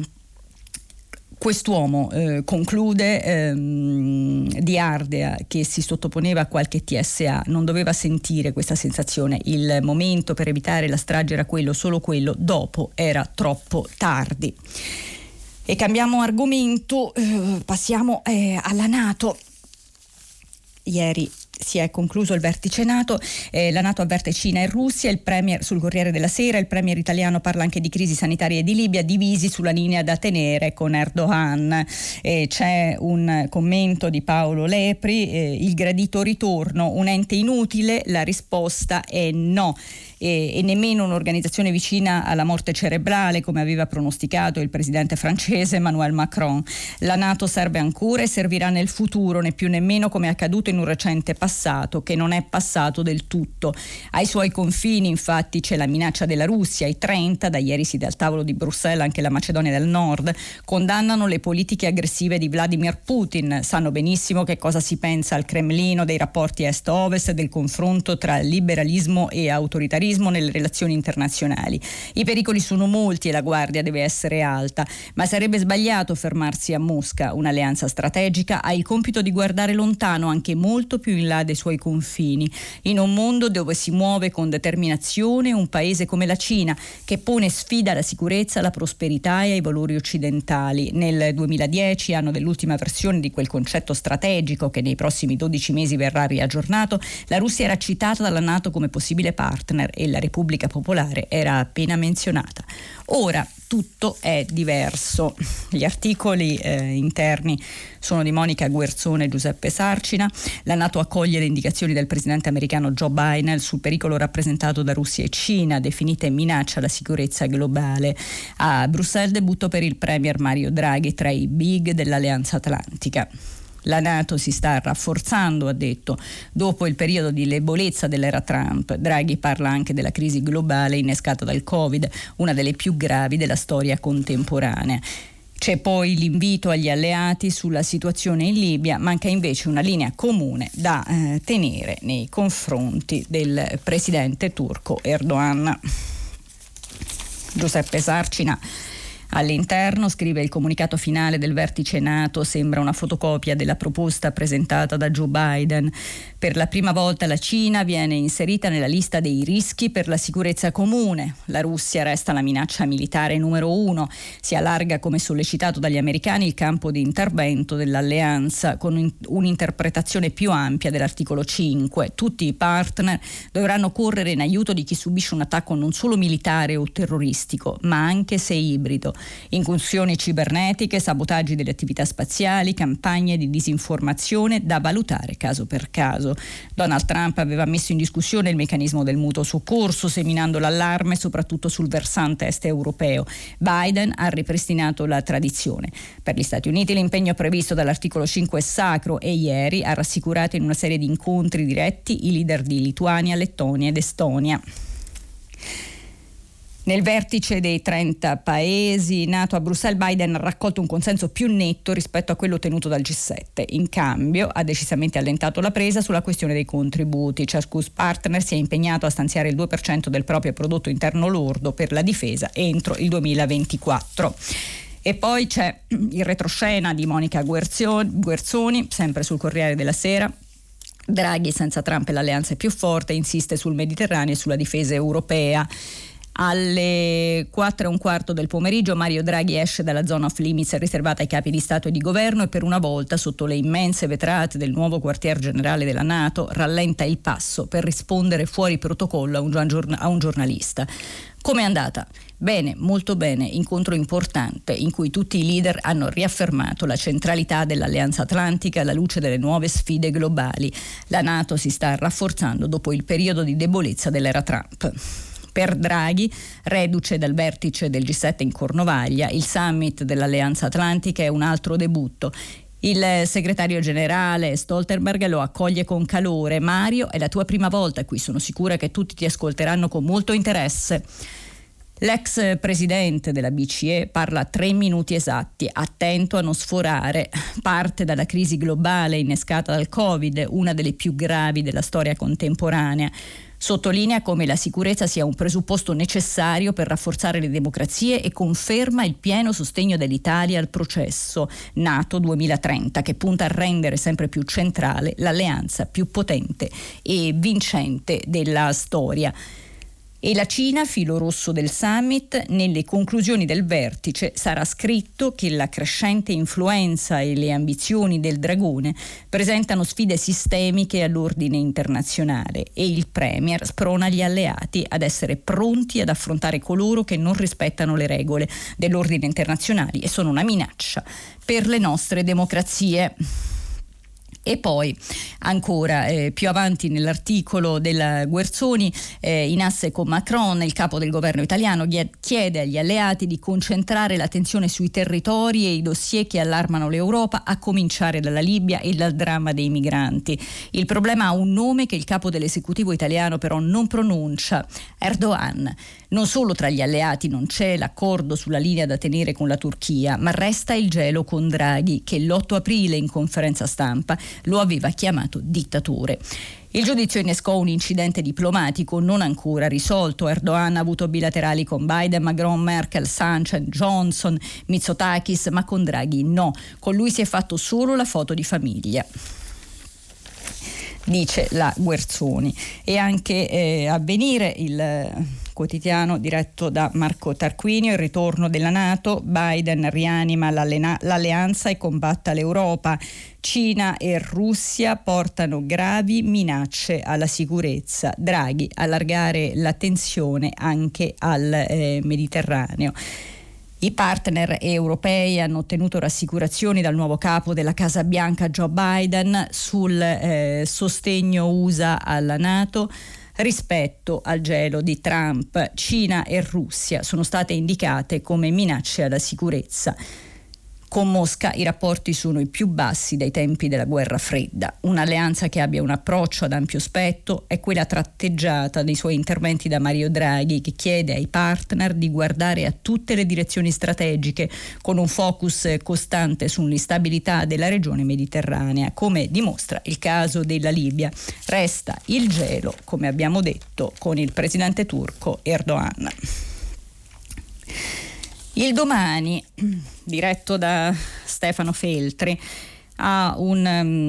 quest'uomo eh, conclude ehm, di Ardea, che si sottoponeva a qualche T S A, non doveva sentire questa sensazione. Il momento per evitare la strage era quello, solo quello. Dopo era troppo tardi. E cambiamo argomento, eh, passiamo eh, alla NATO. Ieri si è concluso il vertice NATO, eh, la NATO avverte Cina e Russia, il premier sul Corriere della Sera, il premier italiano parla anche di crisi sanitaria di Libia, divisi sulla linea da tenere con Erdogan. Eh, c'è un commento di Paolo Lepri, eh, il gradito ritorno, un ente inutile, la risposta è no. E, e nemmeno un'organizzazione vicina alla morte cerebrale, come aveva pronosticato il presidente francese Emmanuel Macron. La NATO serve ancora e servirà nel futuro, né più né meno come è accaduto in un recente passato, che non è passato del tutto. Ai suoi confini, infatti, c'è la minaccia della Russia. I trenta, da ieri si dà al tavolo di Bruxelles anche la Macedonia del Nord, condannano le politiche aggressive di Vladimir Putin. Sanno benissimo che cosa si pensa al Cremlino dei rapporti est-ovest, del confronto tra liberalismo e autoritarismo nelle relazioni internazionali. I pericoli sono molti e la guardia deve essere alta, ma sarebbe sbagliato fermarsi a Mosca. Un'alleanza strategica ha il compito di guardare lontano, anche molto più in là dei suoi confini, in un mondo dove si muove con determinazione un paese come la Cina, che pone sfida alla sicurezza, alla prosperità e ai valori occidentali. Nel duemiladieci, anno dell'ultima versione di quel concetto strategico che nei prossimi dodici mesi verrà riaggiornato, la Russia era citata dalla NATO come possibile partner e la Repubblica Popolare era appena menzionata. Ora tutto è diverso. Gli articoli eh, interni sono di Monica Guerzone e Giuseppe Sarcina. La NATO accoglie le indicazioni del presidente americano Joe Biden sul pericolo rappresentato da Russia e Cina, definite minaccia alla sicurezza globale. A Bruxelles debutto per il premier Mario Draghi tra i big dell'Alleanza Atlantica. La NATO si sta rafforzando, ha detto, dopo il periodo di debolezza dell'era Trump. Draghi parla anche della crisi globale innescata dal Covid, una delle più gravi della storia contemporanea. C'è poi l'invito agli alleati sulla situazione in Libia, manca invece una linea comune da eh, tenere nei confronti del presidente turco Erdogan. Giuseppe Sarcina all'interno scrive: il comunicato finale del vertice NATO sembra una fotocopia della proposta presentata da Joe Biden. Per la prima volta la Cina viene inserita nella lista dei rischi per la sicurezza comune. La Russia resta la minaccia militare numero uno. Si allarga, come sollecitato dagli americani, il campo di intervento dell'alleanza con un'interpretazione più ampia dell'articolo cinque. Tutti i partner dovranno correre in aiuto di chi subisce un attacco non solo militare o terroristico, ma anche se ibrido. Incursioni cibernetiche, sabotaggi delle attività spaziali, campagne di disinformazione da valutare caso per caso. Donald Trump aveva messo in discussione il meccanismo del mutuo soccorso, seminando l'allarme soprattutto sul versante est europeo. Biden ha ripristinato la tradizione. Per gli Stati Uniti l'impegno previsto dall'articolo cinque è sacro e ieri ha rassicurato in una serie di incontri diretti i leader di Lituania, Lettonia ed Estonia. Nel vertice dei trenta paesi NATO a Bruxelles, Biden ha raccolto un consenso più netto rispetto a quello ottenuto dal G sette. In cambio ha decisamente allentato la presa sulla questione dei contributi. Ciascun partner si è impegnato a stanziare il due per cento del proprio prodotto interno lordo per la difesa entro il duemilaventiquattro. E poi c'è il retroscena di Monica Guerzoni, sempre sul Corriere della Sera. Draghi senza Trump e l'alleanza è più forte, insiste sul Mediterraneo e sulla difesa europea. Alle quattro e un quarto del pomeriggio Mario Draghi esce dalla zona off limits riservata ai capi di Stato e di Governo e per una volta, sotto le immense vetrate del nuovo quartier generale della NATO, rallenta il passo per rispondere fuori protocollo a un, a un giornalista. Come è andata? Bene, molto bene, incontro importante in cui tutti i leader hanno riaffermato la centralità dell'Alleanza Atlantica alla luce delle nuove sfide globali. La NATO si sta rafforzando dopo il periodo di debolezza dell'era Trump. Per Draghi, reduce dal vertice del G sette in Cornovaglia, il summit dell'Alleanza Atlantica è un altro debutto. Il segretario generale Stoltenberg lo accoglie con calore. Mario, è la tua prima volta qui, sono sicura che tutti ti ascolteranno con molto interesse. L'ex presidente della B C E parla tre minuti esatti, attento a non sforare. Parte dalla crisi globale innescata dal Covid, una delle più gravi della storia contemporanea. Sottolinea come la sicurezza sia un presupposto necessario per rafforzare le democrazie e conferma il pieno sostegno dell'Italia al processo NATO duemilatrenta, che punta a rendere sempre più centrale l'alleanza più potente e vincente della storia. E la Cina, filo rosso del summit, nelle conclusioni del vertice sarà scritto che la crescente influenza e le ambizioni del dragone presentano sfide sistemiche all'ordine internazionale e il premier sprona gli alleati ad essere pronti ad affrontare coloro che non rispettano le regole dell'ordine internazionale e sono una minaccia per le nostre democrazie. E poi ancora eh, più avanti nell'articolo della Guerzoni, eh, in asse con Macron, il capo del governo italiano chiede agli alleati di concentrare l'attenzione sui territori e i dossier che allarmano l'Europa, a cominciare dalla Libia e dal dramma dei migranti. Il problema ha un nome che il capo dell'esecutivo italiano però non pronuncia: Erdogan. Non solo tra gli alleati non c'è l'accordo sulla linea da tenere con la Turchia, ma resta il gelo con Draghi, che l'otto aprile in conferenza stampa lo aveva chiamato dittatore. Il giudizio innescò un incidente diplomatico non ancora risolto. Erdogan ha avuto bilaterali con Biden, Macron, Merkel, Sánchez, Johnson, Mitsotakis, ma con Draghi no. Con lui si è fatto solo la foto di famiglia, dice la Guerzoni. E anche eh, Avvenire, il quotidiano diretto da Marco Tarquinio, il ritorno della NATO, Biden rianima l'alleanza e combatta l'Europa. Cina e Russia portano gravi minacce alla sicurezza. Draghi allargare l'attenzione anche al eh, Mediterraneo. I partner europei hanno ottenuto rassicurazioni dal nuovo capo della Casa Bianca Joe Biden sul eh, sostegno U S A alla NATO. Rispetto al gelo di Trump, Cina e Russia sono state indicate come minacce alla sicurezza. Con Mosca i rapporti sono i più bassi dai tempi della guerra fredda. Un'alleanza che abbia un approccio ad ampio spettro è quella tratteggiata nei suoi interventi da Mario Draghi, che chiede ai partner di guardare a tutte le direzioni strategiche con un focus costante sull'instabilità della regione mediterranea, come dimostra il caso della Libia. Resta il gelo, come abbiamo detto, con il presidente turco Erdogan. Il Domani, diretto da Stefano Feltri, ha un,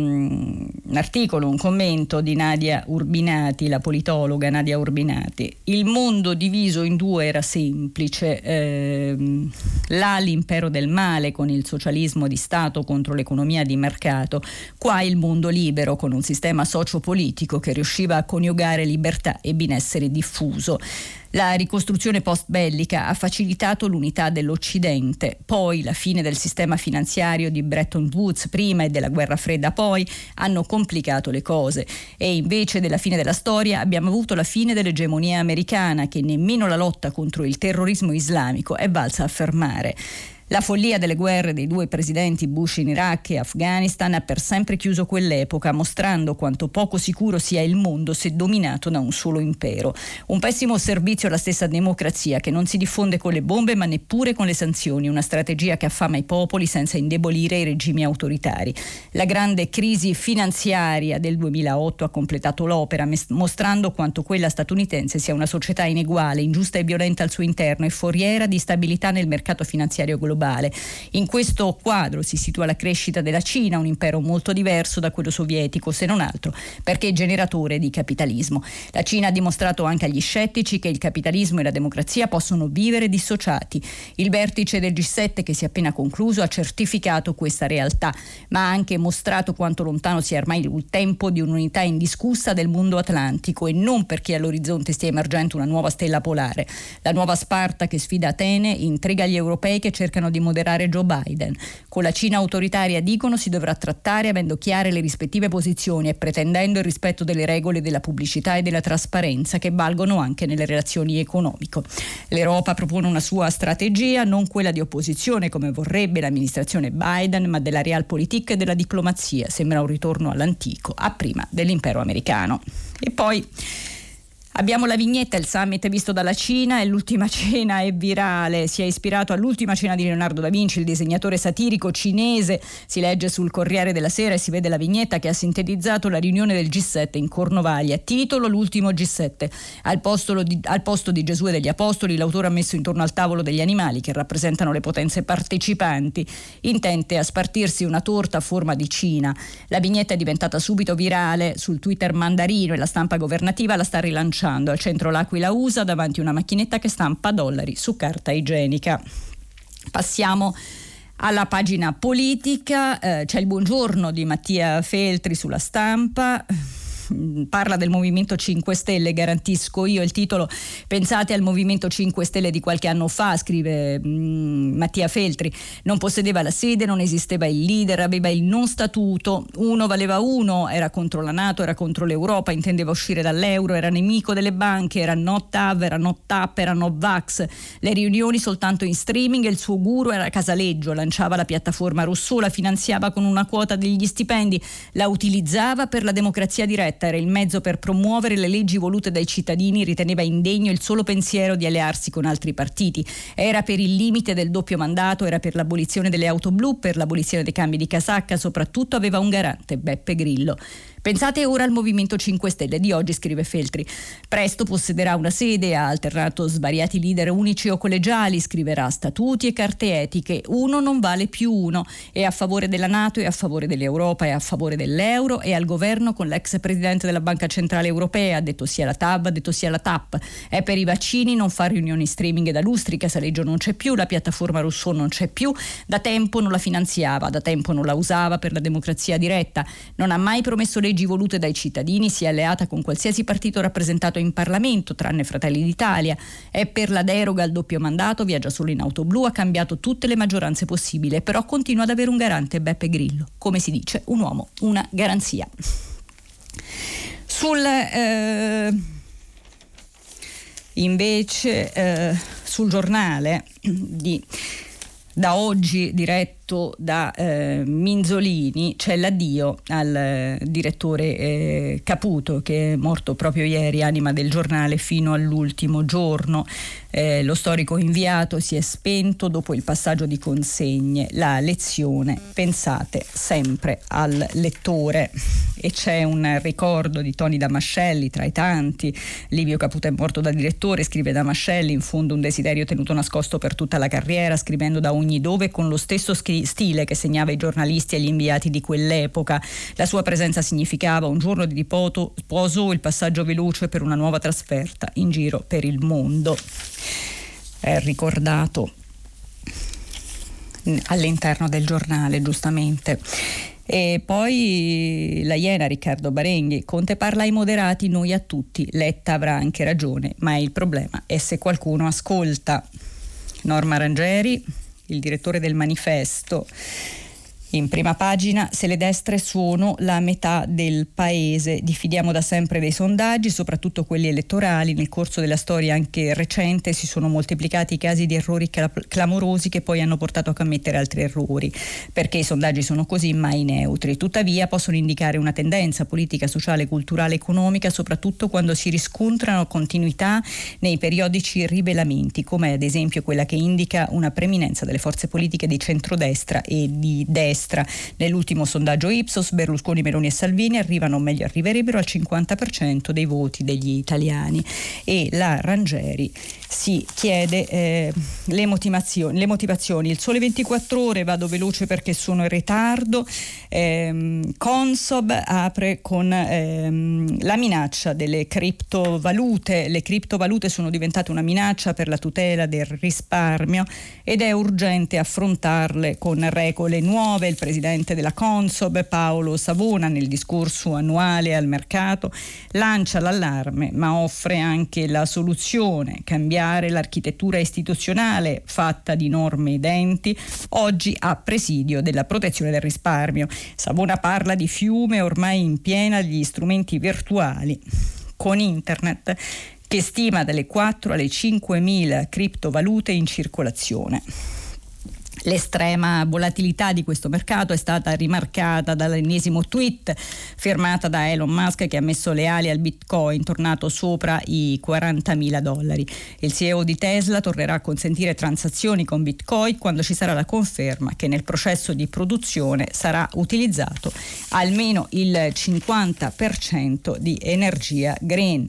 um, un articolo, un commento di Nadia Urbinati, la politologa Nadia Urbinati. Il mondo diviso in due era semplice, ehm, là l'impero del male con il socialismo di Stato contro l'economia di mercato, qua il mondo libero con un sistema sociopolitico che riusciva a coniugare libertà e benessere diffuso. La ricostruzione post-bellica ha facilitato l'unità dell'Occidente, poi la fine del sistema finanziario di Bretton Woods prima e della guerra fredda poi hanno complicato le cose, e invece della fine della storia abbiamo avuto la fine dell'egemonia americana, che nemmeno la lotta contro il terrorismo islamico è valsa a fermare. La follia delle guerre dei due presidenti Bush in Iraq e Afghanistan ha per sempre chiuso quell'epoca, mostrando quanto poco sicuro sia il mondo se dominato da un solo impero. Un pessimo servizio alla stessa democrazia, che non si diffonde con le bombe ma neppure con le sanzioni, una strategia che affama i popoli senza indebolire i regimi autoritari. La grande crisi finanziaria del duemilaotto ha completato l'opera, mostrando quanto quella statunitense sia una società ineguale, ingiusta e violenta al suo interno e foriera di stabilità nel mercato finanziario globale. In questo quadro si situa la crescita della Cina, un impero molto diverso da quello sovietico, se non altro perché generatore di capitalismo. La Cina ha dimostrato anche agli scettici che il capitalismo e la democrazia possono vivere dissociati. Il vertice del G sette che si è appena concluso ha certificato questa realtà, ma ha anche mostrato quanto lontano sia ormai il tempo di un'unità indiscussa del mondo atlantico, e non perché all'orizzonte stia emergendo una nuova stella polare. La nuova Sparta che sfida Atene intriga gli europei che cercano di moderare Joe Biden. Con la Cina autoritaria, dicono, si dovrà trattare avendo chiare le rispettive posizioni e pretendendo il rispetto delle regole della pubblicità e della trasparenza che valgono anche nelle relazioni economiche. L'Europa propone una sua strategia, non quella di opposizione come vorrebbe l'amministrazione Biden, ma della realpolitik e della diplomazia. Sembra un ritorno all'antico, a prima dell'impero americano. E poi abbiamo la vignetta, il summit visto dalla Cina e l'ultima cena è virale. Si è ispirato all'ultima cena di Leonardo da Vinci, il disegnatore satirico cinese. Si legge sul Corriere della Sera e si vede la vignetta che ha sintetizzato la riunione del G sette in Cornovaglia. Titolo: l'ultimo G sette. Al posto, di, al posto di Gesù e degli Apostoli, l'autore ha messo intorno al tavolo degli animali che rappresentano le potenze partecipanti, intente a spartirsi una torta a forma di Cina. La vignetta è diventata subito virale sul Twitter mandarino e la stampa governativa la sta rilanciando. Al centro l'Aquila U S A, davanti una macchinetta che stampa dollari su carta igienica. Passiamo alla pagina politica, eh, c'è il buongiorno di Mattia Feltri sulla Stampa. Parla del Movimento cinque Stelle, garantisco io il titolo. Pensate al Movimento cinque Stelle di qualche anno fa, scrive mh, Mattia Feltri. Non possedeva la sede, non esisteva il leader, aveva il non statuto, uno valeva uno, era contro la NATO, era contro l'Europa, intendeva uscire dall'euro, era nemico delle banche, era no T A V, era no T A P, era no Vax. Le riunioni soltanto in streaming e il suo guru era Casaleggio, lanciava la piattaforma Rousseau, la finanziava con una quota degli stipendi, la utilizzava per la democrazia diretta. Era il mezzo per promuovere le leggi volute dai cittadini, riteneva indegno il solo pensiero di allearsi con altri partiti. Era per il limite del doppio mandato, era per l'abolizione delle auto blu, per l'abolizione dei cambi di casacca, soprattutto aveva un garante, Beppe Grillo. Pensate ora al Movimento cinque Stelle di oggi, scrive Feltri. Presto possederà una sede, ha alternato svariati leader unici o collegiali, scriverà statuti e carte etiche. Uno non vale più uno. È a favore della NATO, è a favore dell'Europa, è a favore dell'euro, è al governo con l'ex presidente della Banca Centrale Europea, ha detto sia la T A B, ha detto sia la T A P. È per i vaccini, non fa riunioni streaming da lustri, Casaleggio non c'è più, la piattaforma Rousseau non c'è più, da tempo non la finanziava, da tempo non la usava per la democrazia diretta, non ha mai promesso leggi volute dai cittadini, si è alleata con qualsiasi partito rappresentato in Parlamento, tranne Fratelli d'Italia, è per la deroga al doppio mandato, viaggia solo in auto blu, ha cambiato tutte le maggioranze possibili, però continua ad avere un garante, Beppe Grillo, come si dice, un uomo, una garanzia. Sul eh, invece eh, sul giornale di da oggi diretto da eh, Minzolini, c'è l'addio al eh, direttore eh, Caputo, che è morto proprio ieri, anima del giornale fino all'ultimo giorno. Eh, lo storico inviato si è spento dopo il passaggio di consegne. La lezione: pensate sempre al lettore. E c'è un ricordo di Toni Damascelli tra i tanti. Livio Caputo è morto da direttore, scrive Damascelli, in fondo un desiderio tenuto nascosto per tutta la carriera, scrivendo da ogni dove con lo stesso stile che segnava i giornalisti e gli inviati di quell'epoca. La sua presenza significava un giorno di riposo, il passaggio veloce per una nuova trasferta in giro per il mondo. È ricordato all'interno del giornale, giustamente. E poi la Iena, Riccardo Barenghi: Conte parla ai moderati, noi a tutti. Letta avrà anche ragione, ma il problema è se qualcuno ascolta. Norma Rangeri, il direttore del Manifesto, in prima pagina: se le destre sono la metà del paese, diffidiamo da sempre dei sondaggi, soprattutto quelli elettorali. Nel corso della storia anche recente si sono moltiplicati i casi di errori clamorosi che poi hanno portato a commettere altri errori, perché i sondaggi sono così mai neutri. Tuttavia possono indicare una tendenza politica, sociale, culturale, economica, soprattutto quando si riscontrano continuità nei periodici rivelamenti, come ad esempio quella che indica una preminenza delle forze politiche di centrodestra e di destra. Nell'ultimo sondaggio Ipsos, Berlusconi, Meloni e Salvini arrivano, o meglio arriverebbero, al cinquanta per cento dei voti degli italiani. E la Rangeri si chiede eh, le motivazioni, le motivazioni. Il Sole ventiquattro Ore: vado veloce perché sono in ritardo. Eh, Consob apre con ehm, la minaccia delle criptovalute. Le criptovalute sono diventate una minaccia per la tutela del risparmio ed è urgente affrontarle con regole nuove. Il presidente della Consob, Paolo Savona, nel discorso annuale al mercato lancia l'allarme, ma offre anche la soluzione: cambiare l'architettura istituzionale fatta di norme identi, oggi a presidio della protezione del risparmio. Savona parla di fiume ormai in piena gli strumenti virtuali, con internet che stima dalle quattro alle cinquemila criptovalute in circolazione. L'estrema volatilità di questo mercato è stata rimarcata dall'ennesimo tweet firmata da Elon Musk, che ha messo le ali al Bitcoin, tornato sopra i quarantamila dollari. Il C E O di Tesla tornerà a consentire transazioni con Bitcoin quando ci sarà la conferma che nel processo di produzione sarà utilizzato almeno il cinquanta per cento di energia green.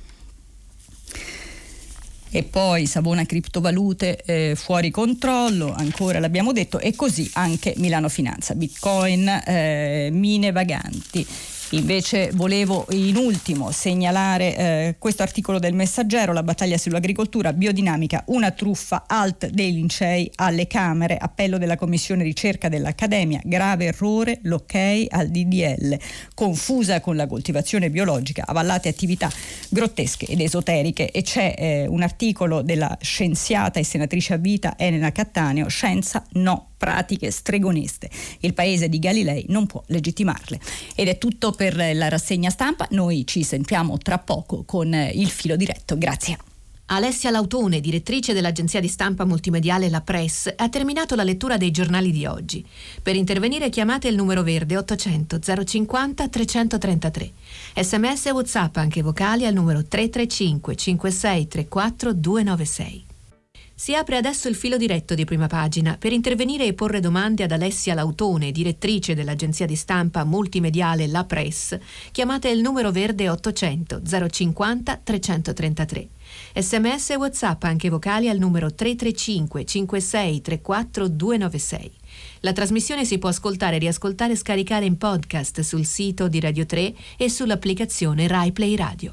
E poi Savona, criptovalute eh, fuori controllo, ancora l'abbiamo detto, e così anche Milano Finanza, Bitcoin, eh, mine vaganti. Invece volevo in ultimo segnalare eh, questo articolo del Messaggero: la battaglia sull'agricoltura, biodinamica, una truffa, alt dei Lincei alle Camere, appello della Commissione Ricerca dell'Accademia, grave errore, l'ok al D D L, confusa con la coltivazione biologica, avallate attività grottesche ed esoteriche. E c'è eh, un articolo della scienziata e senatrice a vita Elena Cattaneo: scienza no, pratiche stregoniste, il paese di Galilei non può legittimarle. Ed è tutto per la rassegna stampa, noi ci sentiamo tra poco con il filo diretto. Grazie. Alessia Lautone, direttrice dell'agenzia di stampa multimediale La Press, ha terminato la lettura dei giornali di oggi. Per intervenire chiamate il numero verde ottocento zero cinquanta trecentotrentatré. Sms e WhatsApp anche vocali al numero tre tre cinque cinque sei tre quattro due nove sei. Si apre adesso il filo diretto di Prima Pagina. Per intervenire e porre domande ad Alessia Lautone, direttrice dell'agenzia di stampa multimediale La Press, chiamate il numero verde ottocento zero cinquanta trecentotrentatré. Sms e WhatsApp anche vocali al numero tre tre cinque cinque sei tre quattro due nove sei. La trasmissione si può ascoltare, riascoltare e scaricare in podcast sul sito di Radio tre e sull'applicazione Rai Play Radio.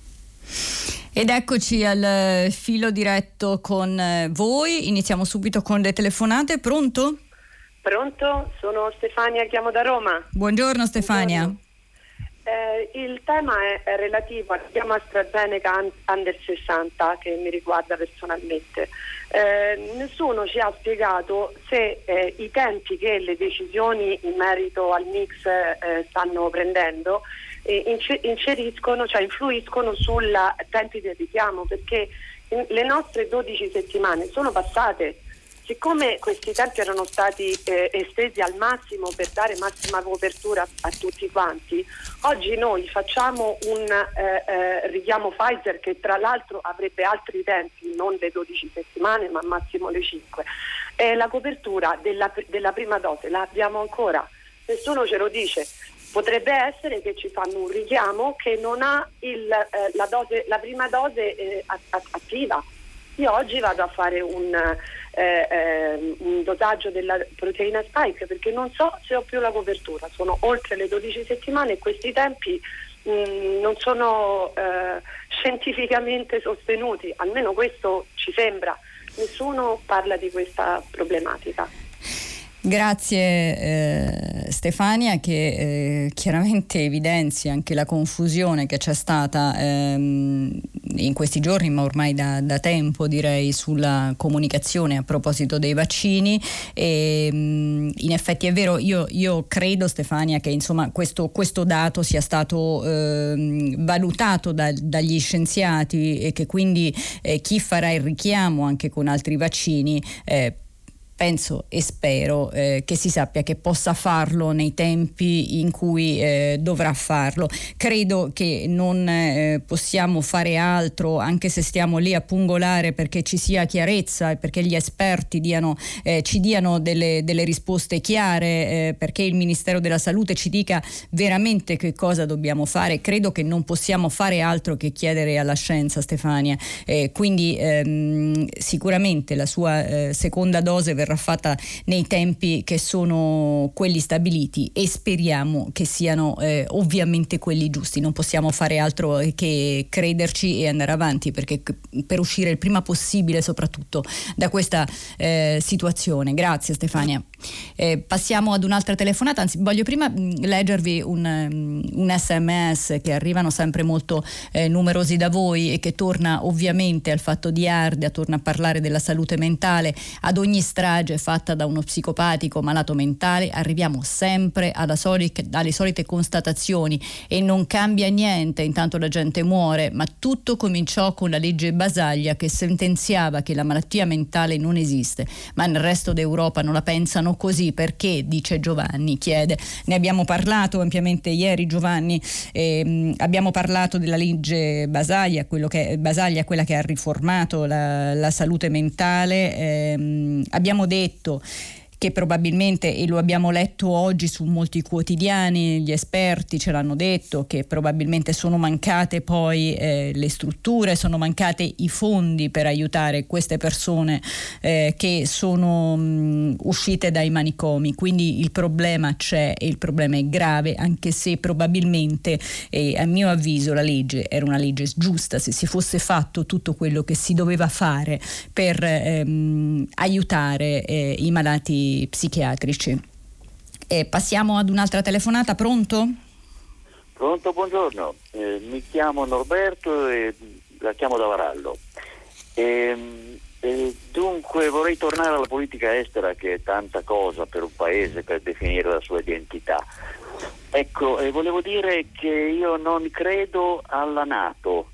Ed eccoci al filo diretto con voi. Iniziamo subito con le telefonate. Pronto? Pronto, sono Stefania, chiamo da Roma. Buongiorno Stefania. Buongiorno. Eh, il tema è, è relativo al piano AstraZeneca Under sessanta, che mi riguarda personalmente. Eh, nessuno ci ha spiegato se eh, i tempi che le decisioni in merito al mix eh, stanno prendendo eh, inceriscono, cioè influiscono sui tempi del richiamo, perché le nostre dodici settimane sono passate. siccome questi tempi erano stati eh, estesi al massimo per dare massima copertura a, a tutti quanti, oggi noi facciamo un eh, eh, richiamo Pfizer che tra l'altro avrebbe altri tempi, non le dodici settimane ma massimo le cinque. E la copertura della, della prima dose la abbiamo ancora, nessuno ce lo dice. Potrebbe essere che ci fanno un richiamo che non ha il, eh, la, dose, la prima dose eh, attiva. Io oggi vado a fare un, eh, eh, un dosaggio della proteina spike perché non so se ho più la copertura. Sono oltre le dodici settimane e questi tempi mh, non sono eh, scientificamente sostenuti, almeno questo ci sembra. Nessuno parla di questa problematica. Grazie eh, Stefania, che eh, chiaramente evidenzia anche la confusione che c'è stata ehm, in questi giorni, ma ormai da, da tempo direi, sulla comunicazione a proposito dei vaccini. E, mh, in effetti è vero, io, io credo Stefania che insomma questo, questo dato sia stato eh, valutato da, dagli scienziati e che quindi eh, chi farà il richiamo anche con altri vaccini eh, penso e spero eh, che si sappia che possa farlo nei tempi in cui eh, dovrà farlo. Credo che non eh, possiamo fare altro, anche se stiamo lì a pungolare perché ci sia chiarezza e perché gli esperti diano, eh, ci diano delle, delle risposte chiare, eh, perché il Ministero della Salute ci dica veramente che cosa dobbiamo fare. Credo che non possiamo fare altro che chiedere alla scienza, Stefania. Eh, quindi ehm, sicuramente la sua eh, seconda dose verrà fatta nei tempi che sono quelli stabiliti e speriamo che siano eh, ovviamente quelli giusti. Non possiamo fare altro che crederci e andare avanti, perché per uscire il prima possibile soprattutto da questa eh, situazione. Grazie Stefania. Eh, passiamo ad un'altra telefonata, anzi voglio prima mh, leggervi un, um, un sms che arrivano sempre molto eh, numerosi da voi e che torna ovviamente al fatto di Ardea, torna a parlare della salute mentale. Ad ogni strage fatta da uno psicopatico malato mentale arriviamo sempre alla solite, alle solite constatazioni e non cambia niente, intanto la gente muore, ma tutto cominciò con la legge Basaglia che sentenziava che la malattia mentale non esiste, ma nel resto d'Europa non la pensano così. Perché? Dice Giovanni, chiede. Ne abbiamo parlato ampiamente ieri, Giovanni, ehm, abbiamo parlato della legge Basaglia, quello che, Basaglia, quella che ha riformato la, la salute mentale. ehm, abbiamo detto che probabilmente, e lo abbiamo letto oggi su molti quotidiani, gli esperti ce l'hanno detto, che probabilmente sono mancate poi eh, le strutture, sono mancate i fondi per aiutare queste persone eh, che sono mh, uscite dai manicomi. Quindi il problema c'è e il problema è grave, anche se probabilmente, eh, a mio avviso, la legge era una legge giusta se si fosse fatto tutto quello che si doveva fare per ehm, aiutare eh, i malati psichiatrici. E passiamo ad un'altra telefonata. Pronto? Pronto, buongiorno. Eh, mi chiamo Norberto e la chiamo da Varallo. E, e dunque vorrei tornare alla politica estera, che è tanta cosa per un paese per definire la sua identità. Ecco, e volevo dire che io non credo alla NATO,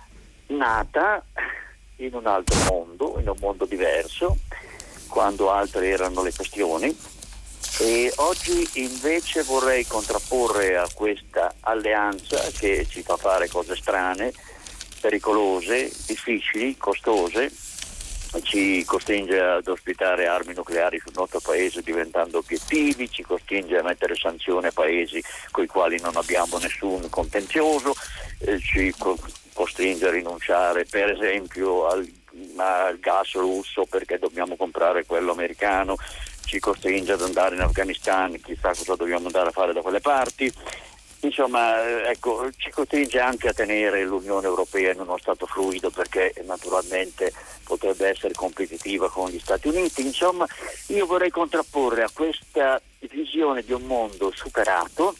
nata in un altro mondo, in un mondo diverso, quando altre erano le questioni, e oggi invece vorrei contrapporre a questa alleanza che ci fa fare cose strane, pericolose, difficili, costose, ci costringe ad ospitare armi nucleari sul nostro paese diventando obiettivi, ci costringe a mettere sanzioni a paesi con i quali non abbiamo nessun contenzioso, eh, ci co- costringe a rinunciare per esempio al al gas russo perché dobbiamo comprare quello americano, ci costringe ad andare in Afghanistan, chissà cosa dobbiamo andare a fare da quelle parti. Insomma, ecco, ci costringe anche a tenere l'Unione Europea in uno stato fluido perché naturalmente potrebbe essere competitiva con gli Stati Uniti. Insomma, io vorrei contrapporre a questa visione di un mondo superato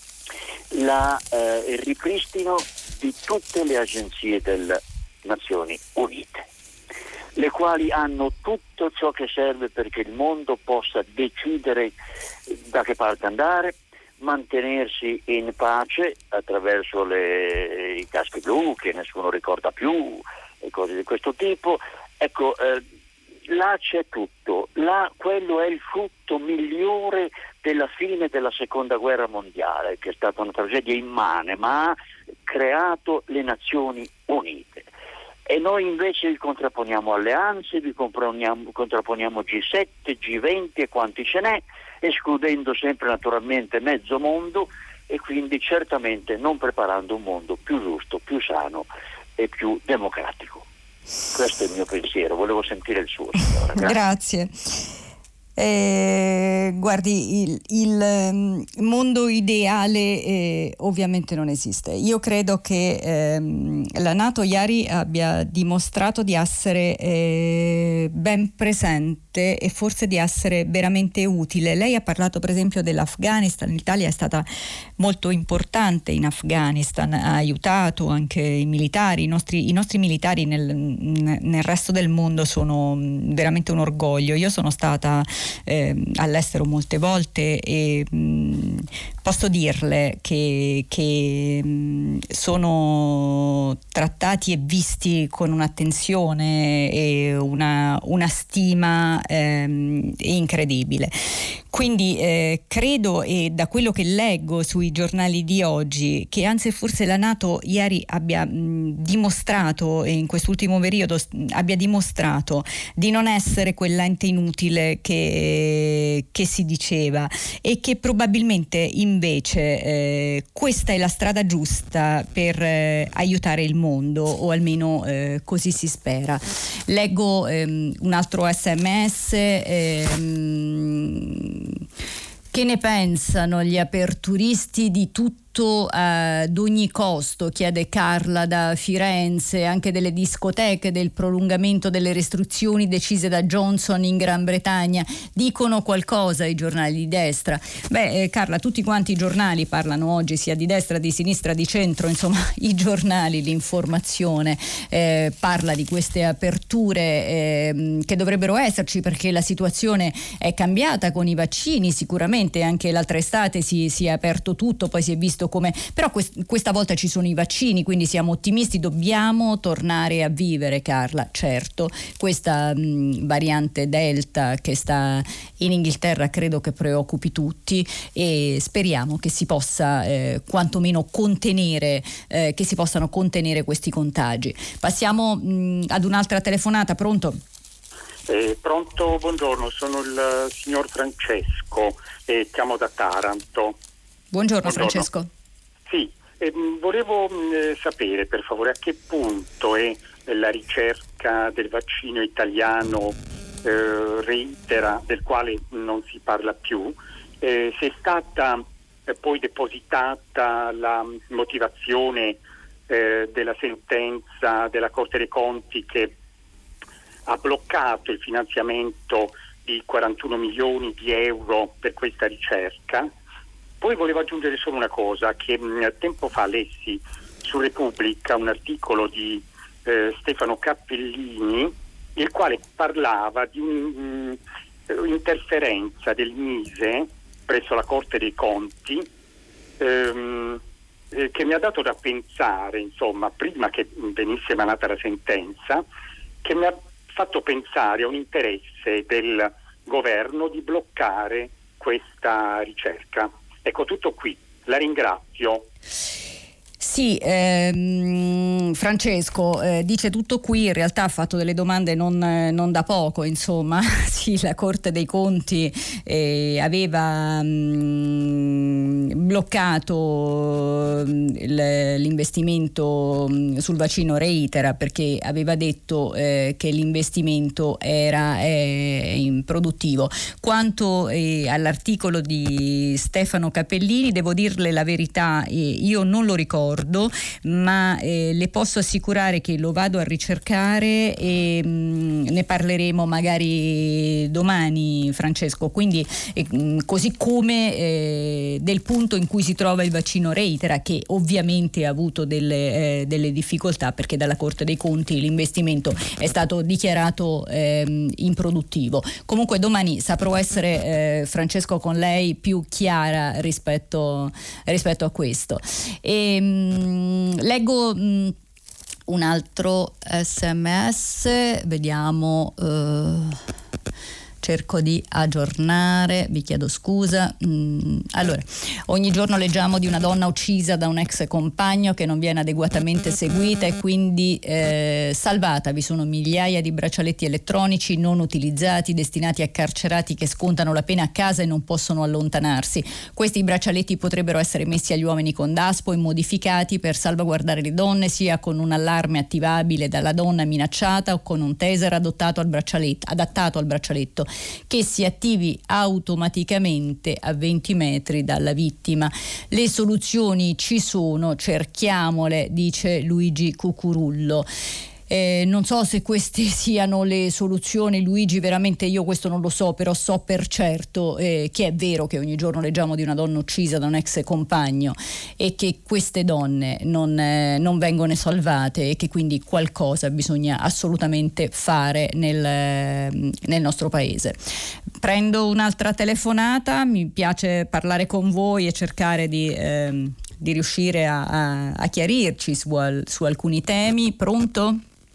la, eh, il ripristino di tutte le agenzie delle Nazioni Unite, le quali hanno tutto ciò che serve perché il mondo possa decidere da che parte andare, mantenersi in pace attraverso le, i caschi blu che nessuno ricorda più e cose di questo tipo. Ecco, eh, là c'è tutto, là quello è il frutto migliore della fine della seconda guerra mondiale, che è stata una tragedia immane, ma ha creato le Nazioni Unite. E noi invece vi contrapponiamo alleanze, vi contrapponiamo, contrapponiamo G sette, G venti e quanti ce n'è, escludendo sempre naturalmente mezzo mondo, e quindi certamente non preparando un mondo più giusto, più sano e più democratico. Questo è il mio pensiero, volevo sentire il suo, signora. Grazie. Eh, guardi, il, il mondo ideale eh, ovviamente non esiste. Io credo che ehm, la NATO ieri abbia dimostrato di essere eh, ben presente e forse di essere veramente utile. Lei ha parlato per esempio dell'Afghanistan. L'Italia è stata molto importante in Afghanistan, ha aiutato anche i militari, i nostri, i nostri militari nel, nel resto del mondo sono veramente un orgoglio. Io sono stata Eh, all'estero molte volte e mh, posso dirle che, che mh, sono trattati e visti con un'attenzione e una, una stima ehm, incredibile. Quindi eh, credo, e da quello che leggo sui giornali di oggi, che anzi forse la NATO ieri abbia mh, dimostrato, e in quest'ultimo periodo abbia dimostrato di non essere quell'ente inutile che, che si diceva, e che probabilmente invece eh, questa è la strada giusta per eh, aiutare il mondo, o almeno eh, così si spera. Leggo ehm, un altro sms. Ehm, Che ne pensano gli aperturisti di tutto ad ogni costo? Chiede Carla da Firenze, anche delle discoteche, del prolungamento delle restrizioni decise da Johnson in Gran Bretagna. Dicono qualcosa i giornali di destra? Beh, eh, Carla, tutti quanti i giornali parlano oggi, sia di destra, di sinistra, di centro, insomma i giornali, l'informazione eh, parla di queste aperture eh, che dovrebbero esserci, perché la situazione è cambiata con i vaccini. Sicuramente anche l'altra estate si, si è aperto tutto, poi si è visto come, però quest, questa volta ci sono i vaccini, quindi siamo ottimisti, dobbiamo tornare a vivere, Carla. Certo, questa mh, variante Delta che sta in Inghilterra credo che preoccupi tutti, e speriamo che si possa eh, quantomeno contenere, eh, che si possano contenere questi contagi. Passiamo mh, ad un'altra telefonata. Pronto? Eh, pronto, buongiorno, sono il signor Francesco e chiamo da Taranto. Buongiorno, buongiorno. Francesco. Sì, eh, volevo mh, sapere per favore a che punto è la ricerca del vaccino italiano eh, Reitera, del quale non si parla più, eh, se è stata eh, poi depositata la motivazione eh, della sentenza della Corte dei Conti che ha bloccato il finanziamento di quarantuno milioni di euro per questa ricerca. Poi volevo aggiungere solo una cosa, che mh, tempo fa lessi su Repubblica un articolo di eh, Stefano Cappellini, il quale parlava di un'interferenza del Mise presso la Corte dei Conti ehm, eh, che mi ha dato da pensare, insomma, prima che venisse emanata la sentenza, che mi ha fatto pensare a un interesse del governo di bloccare questa ricerca. Ecco, tutto qui. La ringrazio. Sì, ehm, Francesco eh, dice tutto qui, in realtà ha fatto delle domande non, eh, non da poco, insomma. Sì, la Corte dei Conti eh, aveva mh, bloccato l- l'investimento mh, sul vaccino Reitera, perché aveva detto eh, che l'investimento era eh, improduttivo. Quanto eh, all'articolo di Stefano Cappellini, devo dirle la verità, eh, io non lo ricordo, ma eh, le posso assicurare che lo vado a ricercare e mh, ne parleremo magari domani, Francesco. Quindi eh, mh, così come eh, del punto in cui si trova il vaccino Reitera, che ovviamente ha avuto delle, eh, delle difficoltà, perché dalla Corte dei Conti l'investimento è stato dichiarato eh, improduttivo. Comunque domani saprò essere, eh, Francesco, con lei più chiara rispetto, rispetto a questo. E, Leggo mh, un altro sms, vediamo, eh, cerco di aggiornare, vi chiedo scusa. Mm, allora, ogni giorno leggiamo di una donna uccisa da un ex compagno che non viene adeguatamente seguita e quindi eh, salvata. Vi sono migliaia di braccialetti elettronici non utilizzati destinati a carcerati che scontano la pena a casa e non possono allontanarsi. Questi braccialetti potrebbero essere messi agli uomini con DASPO e modificati per salvaguardare le donne, sia con un allarme attivabile dalla donna minacciata o con un taser adottato al braccialetto, adattato al braccialetto, che si attivi automaticamente a venti metri dalla vittima. Le soluzioni ci sono, cerchiamole, dice Luigi Cucurullo. Eh, non so se queste siano le soluzioni, Luigi, veramente io questo non lo so, però so per certo eh, che è vero che ogni giorno leggiamo di una donna uccisa da un ex compagno e che queste donne non, eh, non vengono salvate e che quindi qualcosa bisogna assolutamente fare nel, eh, nel nostro paese. Prendo un'altra telefonata, mi piace parlare con voi e cercare di... Eh, di riuscire a, a, a chiarirci su, al, su alcuni temi. Pronto?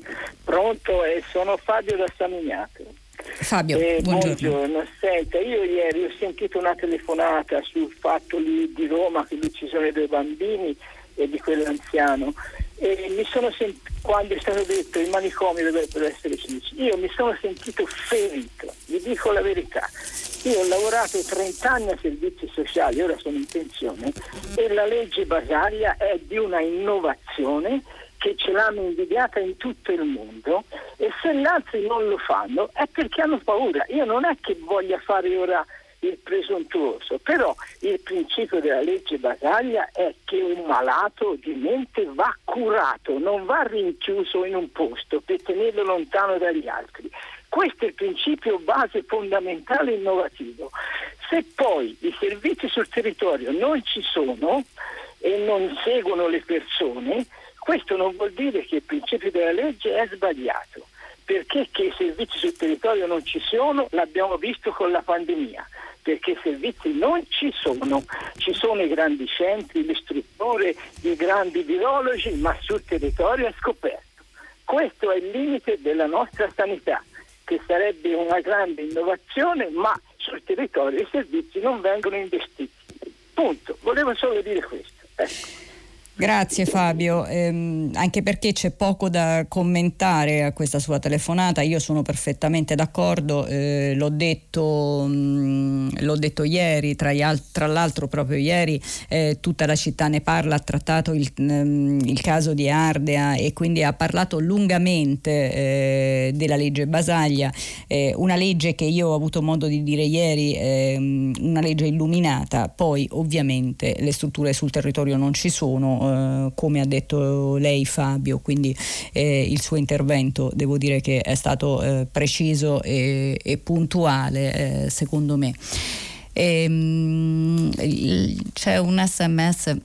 Pronto, eh, sono Fabio da San Miniato. Fabio, eh, buongiorno. buongiorno. Senta, io ieri ho sentito una telefonata sul fatto lì di Roma, che l'uccisione dei bambini e di quell'anziano, e mi sono sentito, quando è stato detto i manicomi dovrebbero essere chiusi, io mi sono sentito ferito, vi dico la verità. Io ho lavorato trenta anni a servizi sociali, ora sono in pensione, e la legge Basaglia è di una innovazione che ce l'hanno invidiata in tutto il mondo, e se gli altri non lo fanno è perché hanno paura. Io non è che voglia fare ora il presuntuoso, però il principio della legge Basaglia è che un malato di mente va curato, non va rinchiuso in un posto per tenerlo lontano dagli altri. Questo è il principio base fondamentale e innovativo. Se poi i servizi sul territorio non ci sono e non seguono le persone, questo non vuol dire che il principio della legge è sbagliato, perché che i servizi sul territorio non ci sono l'abbiamo visto con la pandemia, perché i servizi non ci sono, ci sono i grandi centri, le strutture, i grandi virologi, ma sul territorio è scoperto. Questo è il limite della nostra sanità, che sarebbe una grande innovazione, ma sul territorio i servizi non vengono investiti. Punto. Volevo solo dire questo. Ecco. Grazie Fabio, ehm, anche perché c'è poco da commentare a questa sua telefonata. Io sono perfettamente d'accordo, eh, l'ho detto mh, l'ho detto ieri, tra, al- tra l'altro proprio ieri eh, tutta la città ne parla, ha trattato il, mh, il caso di Ardea e quindi ha parlato lungamente eh, della legge Basaglia, eh, una legge che io ho avuto modo di dire ieri, eh, una legge illuminata. Poi ovviamente le strutture sul territorio non ci sono, come ha detto lei Fabio, quindi eh, il suo intervento devo dire che è stato eh, preciso e, e puntuale, eh, secondo me. E, mh, c'è un sms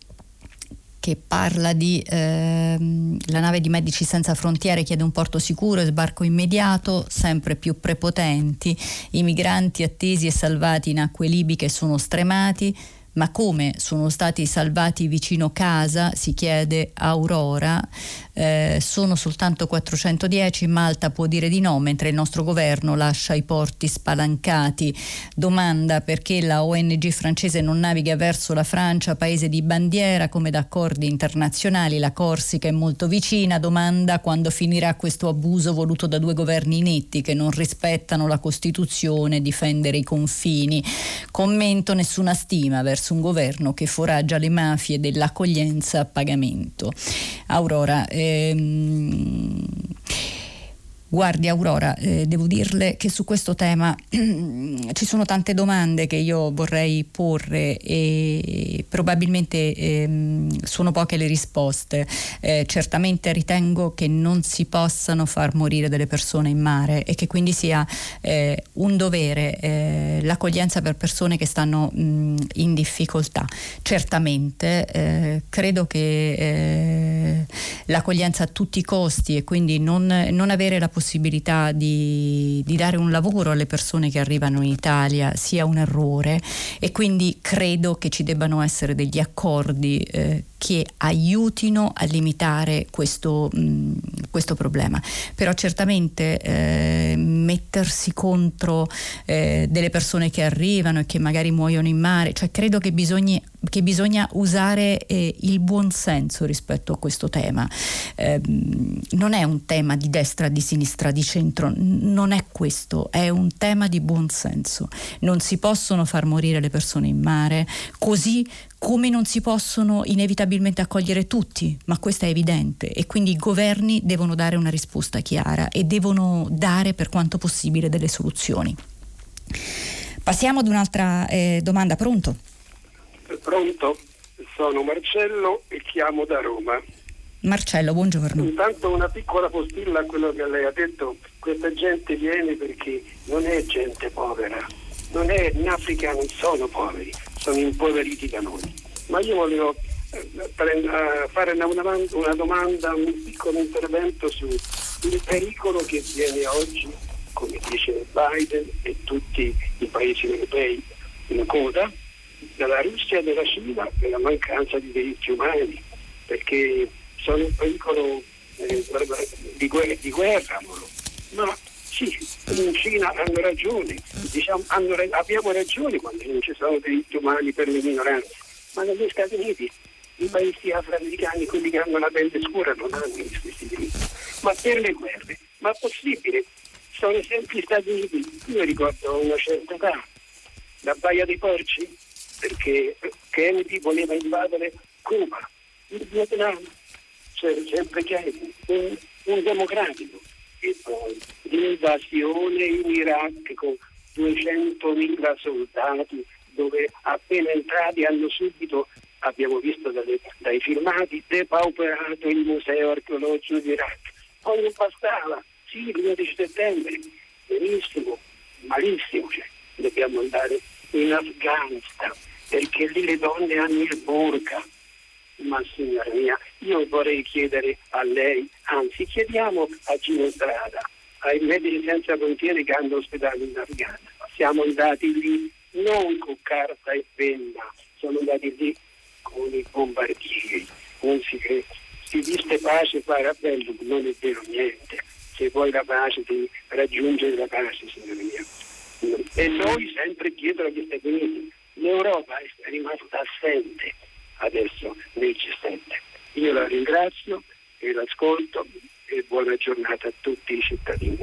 che parla di ehm, la nave di Medici Senza Frontiere chiede un porto sicuro e sbarco immediato, sempre più prepotenti, i migranti attesi e salvati in acque libiche sono stremati. Ma come sono stati salvati vicino casa? Si chiede Aurora. Eh, sono soltanto quattrocentodieci, Malta può dire di no, mentre il nostro governo lascia i porti spalancati. Domanda perché la O N G francese non naviga verso la Francia, paese di bandiera, come da accordi internazionali. La Corsica è molto vicina. Domanda quando finirà questo abuso voluto da due governi inetti che non rispettano la Costituzione, difendere i confini. Commento: nessuna stima verso un governo che foraggia le mafie dell'accoglienza a pagamento. Aurora, ehm, guardi Aurora, eh, devo dirle che su questo tema ci sono tante domande che io vorrei porre e probabilmente ehm, sono poche le risposte. Eh, certamente ritengo che non si possano far morire delle persone in mare e che quindi sia eh, un dovere eh, l'accoglienza per persone che stanno mh, in difficoltà. Certamente eh, credo che eh, l'accoglienza a tutti i costi e quindi non, non avere la possibilità possibilità di, di dare un lavoro alle persone che arrivano in Italia sia un errore, e quindi credo che ci debbano essere degli accordi eh, che aiutino a limitare questo, mh, questo problema. Però certamente eh, mettersi contro eh, delle persone che arrivano e che magari muoiono in mare, cioè credo che bisogna, che bisogna usare eh, il buon senso rispetto a questo tema. Eh, non è un tema di destra, di sinistra, di centro, non è questo, è un tema di buon senso. Non si possono far morire le persone in mare, così come non si possono inevitabilmente accogliere tutti, ma questo è evidente, e quindi i governi devono dare una risposta chiara e devono dare per quanto possibile delle soluzioni. Passiamo ad un'altra eh, domanda. Pronto? Pronto, sono Marcello e chiamo da Roma. Marcello, buongiorno. Intanto una piccola postilla a quello che lei ha detto: questa gente viene perché non è gente povera, non è, in Africa non sono poveri, sono impoveriti da noi. Ma io volevo eh, prend- fare una, una, una domanda, un piccolo intervento sul pericolo che viene oggi, come dice Biden e tutti i paesi europei in coda, dalla Russia e dalla Cina per la mancanza di diritti umani, perché sono un pericolo eh, di, guerra, di guerra loro. Ma sì, in Cina hanno ragione, diciamo, hanno, abbiamo ragione quando non ci sono diritti umani per le minoranze, ma negli Stati Uniti i paesi afroamericani, quelli che hanno la pelle scura, non hanno gli stessi diritti. Ma per le guerre, ma è possibile? Sono sempre gli Stati Uniti. Io ricordo una certa età, la Baia dei Porci, perché Kennedy voleva invadere Cuba, il Vietnam, c'era sempre Kennedy, un, un democratico. E poi l'invasione in Iraq con duecentomila soldati, dove appena entrati hanno subito, abbiamo visto dalle, dai filmati, depauperato il museo archeologico di Iraq. Poi non bastava, sì, l'undici settembre, benissimo, malissimo, cioè, dobbiamo andare in Afghanistan perché lì le donne hanno il burqa. Ma signora mia, io vorrei chiedere a lei, anzi chiediamo a Gino Strada, ai Medici Senza Frontiere che hanno ospedali in Afghanistan. Siamo andati lì non con carta e penna, siamo andati lì con i bombardieri. Non si crede. Si dice pace, para bello, non è vero niente. Se vuoi la pace devi raggiungere la pace, signora mia. E noi sempre dietro agli Stati Uniti. L'Europa è rimasta assente adesso nel G sette. Io la ringrazio e l'ascolto e buona giornata a tutti i cittadini.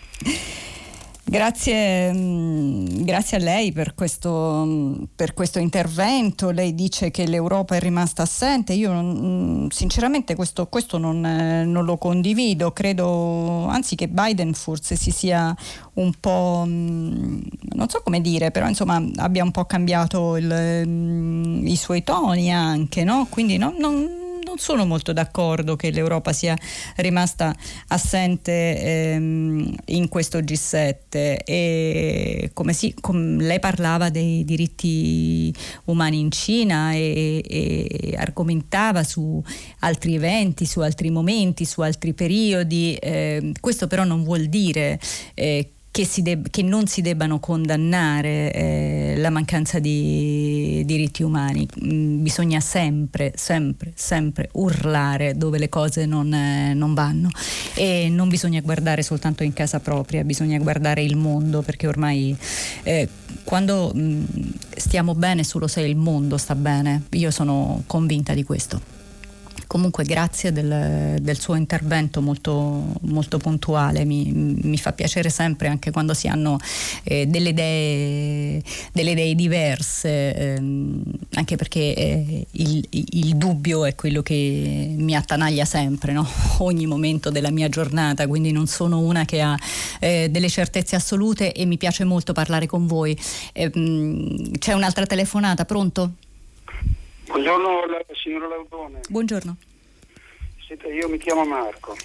Grazie, grazie a lei per questo, per questo intervento. Lei dice che l'Europa è rimasta assente. Io non, sinceramente questo, questo non, non lo condivido. Credo anzi che Biden forse si sia un po', non so come dire, però insomma abbia un po' cambiato il, i suoi toni anche, no? Quindi no, non Non sono molto d'accordo che l'Europa sia rimasta assente ehm, in questo G sette, e come, si, come lei parlava dei diritti umani in Cina e, e argomentava su altri eventi, su altri momenti, su altri periodi, eh, questo però non vuol dire eh, Che, si deb- che non si debbano condannare eh, la mancanza di diritti umani. Mm, bisogna sempre, sempre, sempre urlare dove le cose non, eh, non vanno, e non bisogna guardare soltanto in casa propria, bisogna guardare il mondo, perché ormai eh, quando mh, stiamo bene solo se il mondo sta bene. Io sono convinta di questo. Comunque grazie del, del suo intervento molto, molto puntuale. Mi, mi fa piacere sempre anche quando si hanno eh, delle idee delle idee diverse, ehm, anche perché eh, il, il dubbio è quello che mi attanaglia sempre, no? Ogni momento della mia giornata, quindi non sono una che ha eh, delle certezze assolute, e mi piace molto parlare con voi. Eh, mh, c'è un'altra telefonata. Pronto? Buongiorno signora Lautone. Buongiorno. Senta, io mi chiamo Marco.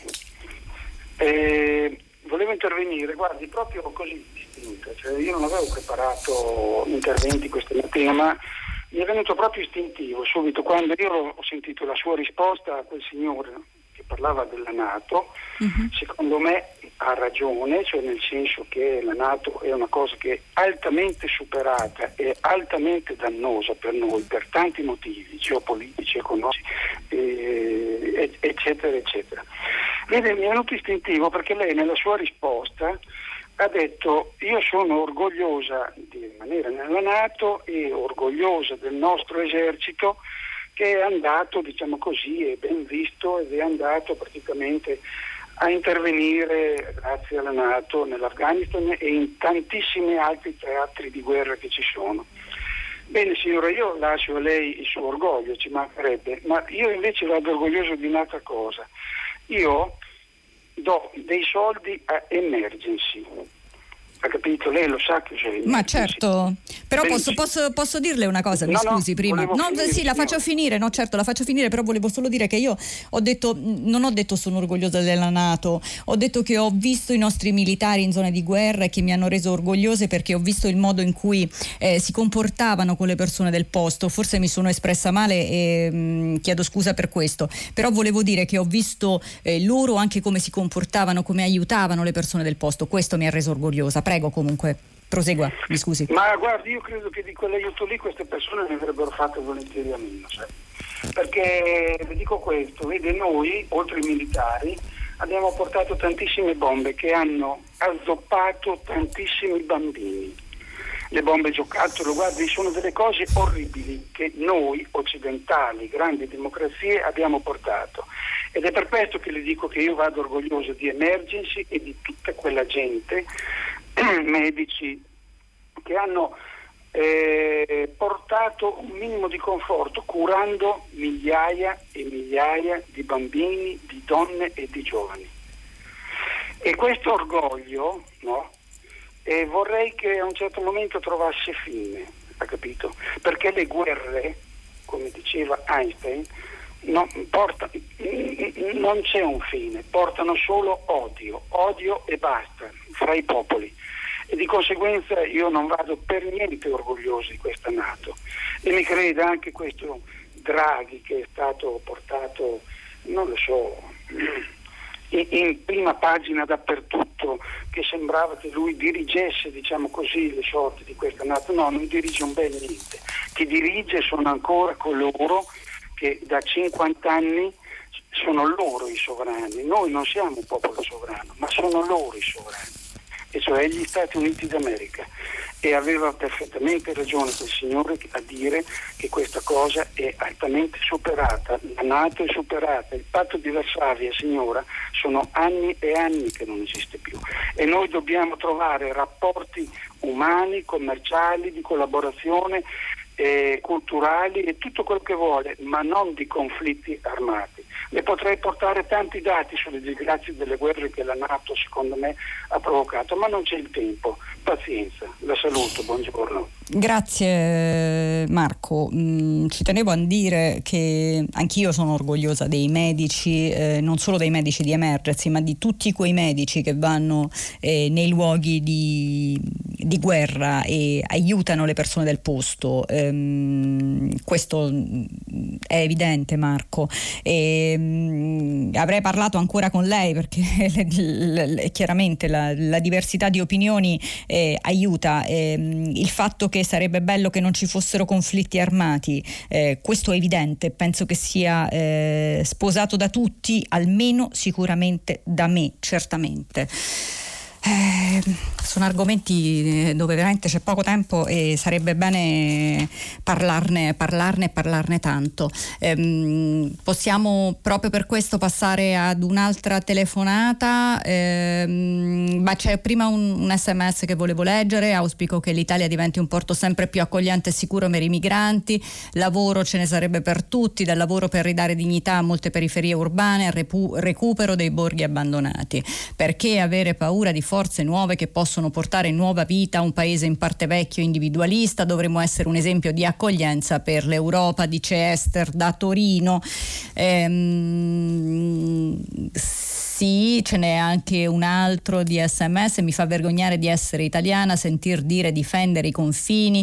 E volevo intervenire, guardi, proprio così distinta, cioè io non avevo preparato interventi questa mattina, ma mi è venuto proprio istintivo subito quando io ho sentito la sua risposta a quel signore che parlava della NATO, uh-huh. secondo me ha ragione, cioè nel senso che la NATO è una cosa che è altamente superata e altamente dannosa per noi per tanti motivi geopolitici, economici, eh, eccetera eccetera. Vede, mi è venuto istintivo perché lei nella sua risposta ha detto: io sono orgogliosa di rimanere nella NATO e orgogliosa del nostro esercito che è andato, diciamo così, è ben visto ed è andato praticamente a intervenire grazie alla NATO nell'Afghanistan e in tantissimi altri teatri di guerra che ci sono. Bene signora, io lascio a lei il suo orgoglio, ci mancherebbe, ma io invece vado orgoglioso di un'altra cosa. Io do dei soldi a Emergency. Ha capito? Lei lo sa che c'è. Ma certo, però posso, posso, posso dirle una cosa, mi no, scusi no, prima. No, finire, sì, la faccio finire, no certo, la faccio finire, però volevo solo dire che io ho detto, non ho detto sono orgogliosa della NATO, ho detto che ho visto i nostri militari in zone di guerra e che mi hanno reso orgogliose perché ho visto il modo in cui eh, si comportavano con le persone del posto. Forse mi sono espressa male e mh, chiedo scusa per questo, però volevo dire che ho visto eh, loro anche come si comportavano, come aiutavano le persone del posto, questo mi ha reso orgogliosa. Prego, comunque, prosegua, mi scusi. Ma guardi, io credo che di quell'aiuto lì queste persone ne avrebbero fatto volentieri a meno, sai? Perché, vi dico questo, vede, noi, oltre ai militari, abbiamo portato tantissime bombe che hanno azzoppato tantissimi bambini. Le bombe giocattolo, guardi, sono delle cose orribili che noi, occidentali, grandi democrazie, abbiamo portato. Ed è per questo che le dico che io vado orgoglioso di Emergency e di tutta quella gente, medici, che hanno eh, portato un minimo di conforto curando migliaia e migliaia di bambini, di donne e di giovani. E questo orgoglio, no? E vorrei che a un certo momento trovasse fine, ha capito? Perché le guerre, come diceva Einstein, non, porta, non c'è un fine, portano solo odio, odio e basta, fra i popoli. E di conseguenza io non vado per niente orgoglioso di questa NATO. E mi creda anche questo Draghi che è stato portato, non lo so, in, in prima pagina dappertutto, che sembrava che lui dirigesse, diciamo così, le sorti di questa NATO. No, non dirige un bel niente. Chi dirige sono ancora coloro che da cinquanta anni sono loro i sovrani. Noi non siamo un popolo sovrano, ma sono loro i sovrani, e cioè gli Stati Uniti d'America. E aveva perfettamente ragione quel signore a dire che questa cosa è altamente superata. La NATO è superata, il patto di Varsavia, signora, sono anni e anni che non esiste più, e noi dobbiamo trovare rapporti umani, commerciali, di collaborazione, eh, culturali e tutto quello che vuole, ma non di conflitti armati. Le potrei portare tanti dati sulle disgrazie delle guerre che la NATO, secondo me, ha provocato, ma non c'è il tempo. Pazienza, la saluto, buongiorno. Grazie Marco, mm, ci tenevo a dire che anch'io sono orgogliosa dei medici, eh, non solo dei medici di Emergency, ma di tutti quei medici che vanno eh, nei luoghi di, di guerra e aiutano le persone del posto. Ehm, questo è evidente, Marco. E, mh, avrei parlato ancora con lei perché le, le, le, chiaramente la, la diversità di opinioni eh, aiuta. Eh, il fatto che sarebbe bello che non ci fossero conflitti armati, eh, questo è evidente, penso che sia eh, sposato da tutti, almeno sicuramente da me, certamente. Eh, sono argomenti dove veramente c'è poco tempo e sarebbe bene parlarne, parlarne e parlarne tanto. Eh, possiamo proprio per questo passare ad un'altra telefonata, eh, ma c'è prima un, un sms che volevo leggere. Auspico che l'Italia diventi un porto sempre più accogliente e sicuro per i migranti. Lavoro ce ne sarebbe per tutti, dal lavoro per ridare dignità a molte periferie urbane al repu- recupero dei borghi abbandonati. Perché avere paura di forze nuove che possono portare nuova vita a un paese in parte vecchio e individualista? Dovremmo essere un esempio di accoglienza per l'Europa, dice Esther da Torino. Ehm, Sì, ce n'è anche un altro di sms: mi fa vergognare di essere italiana, sentir dire difendere i confini,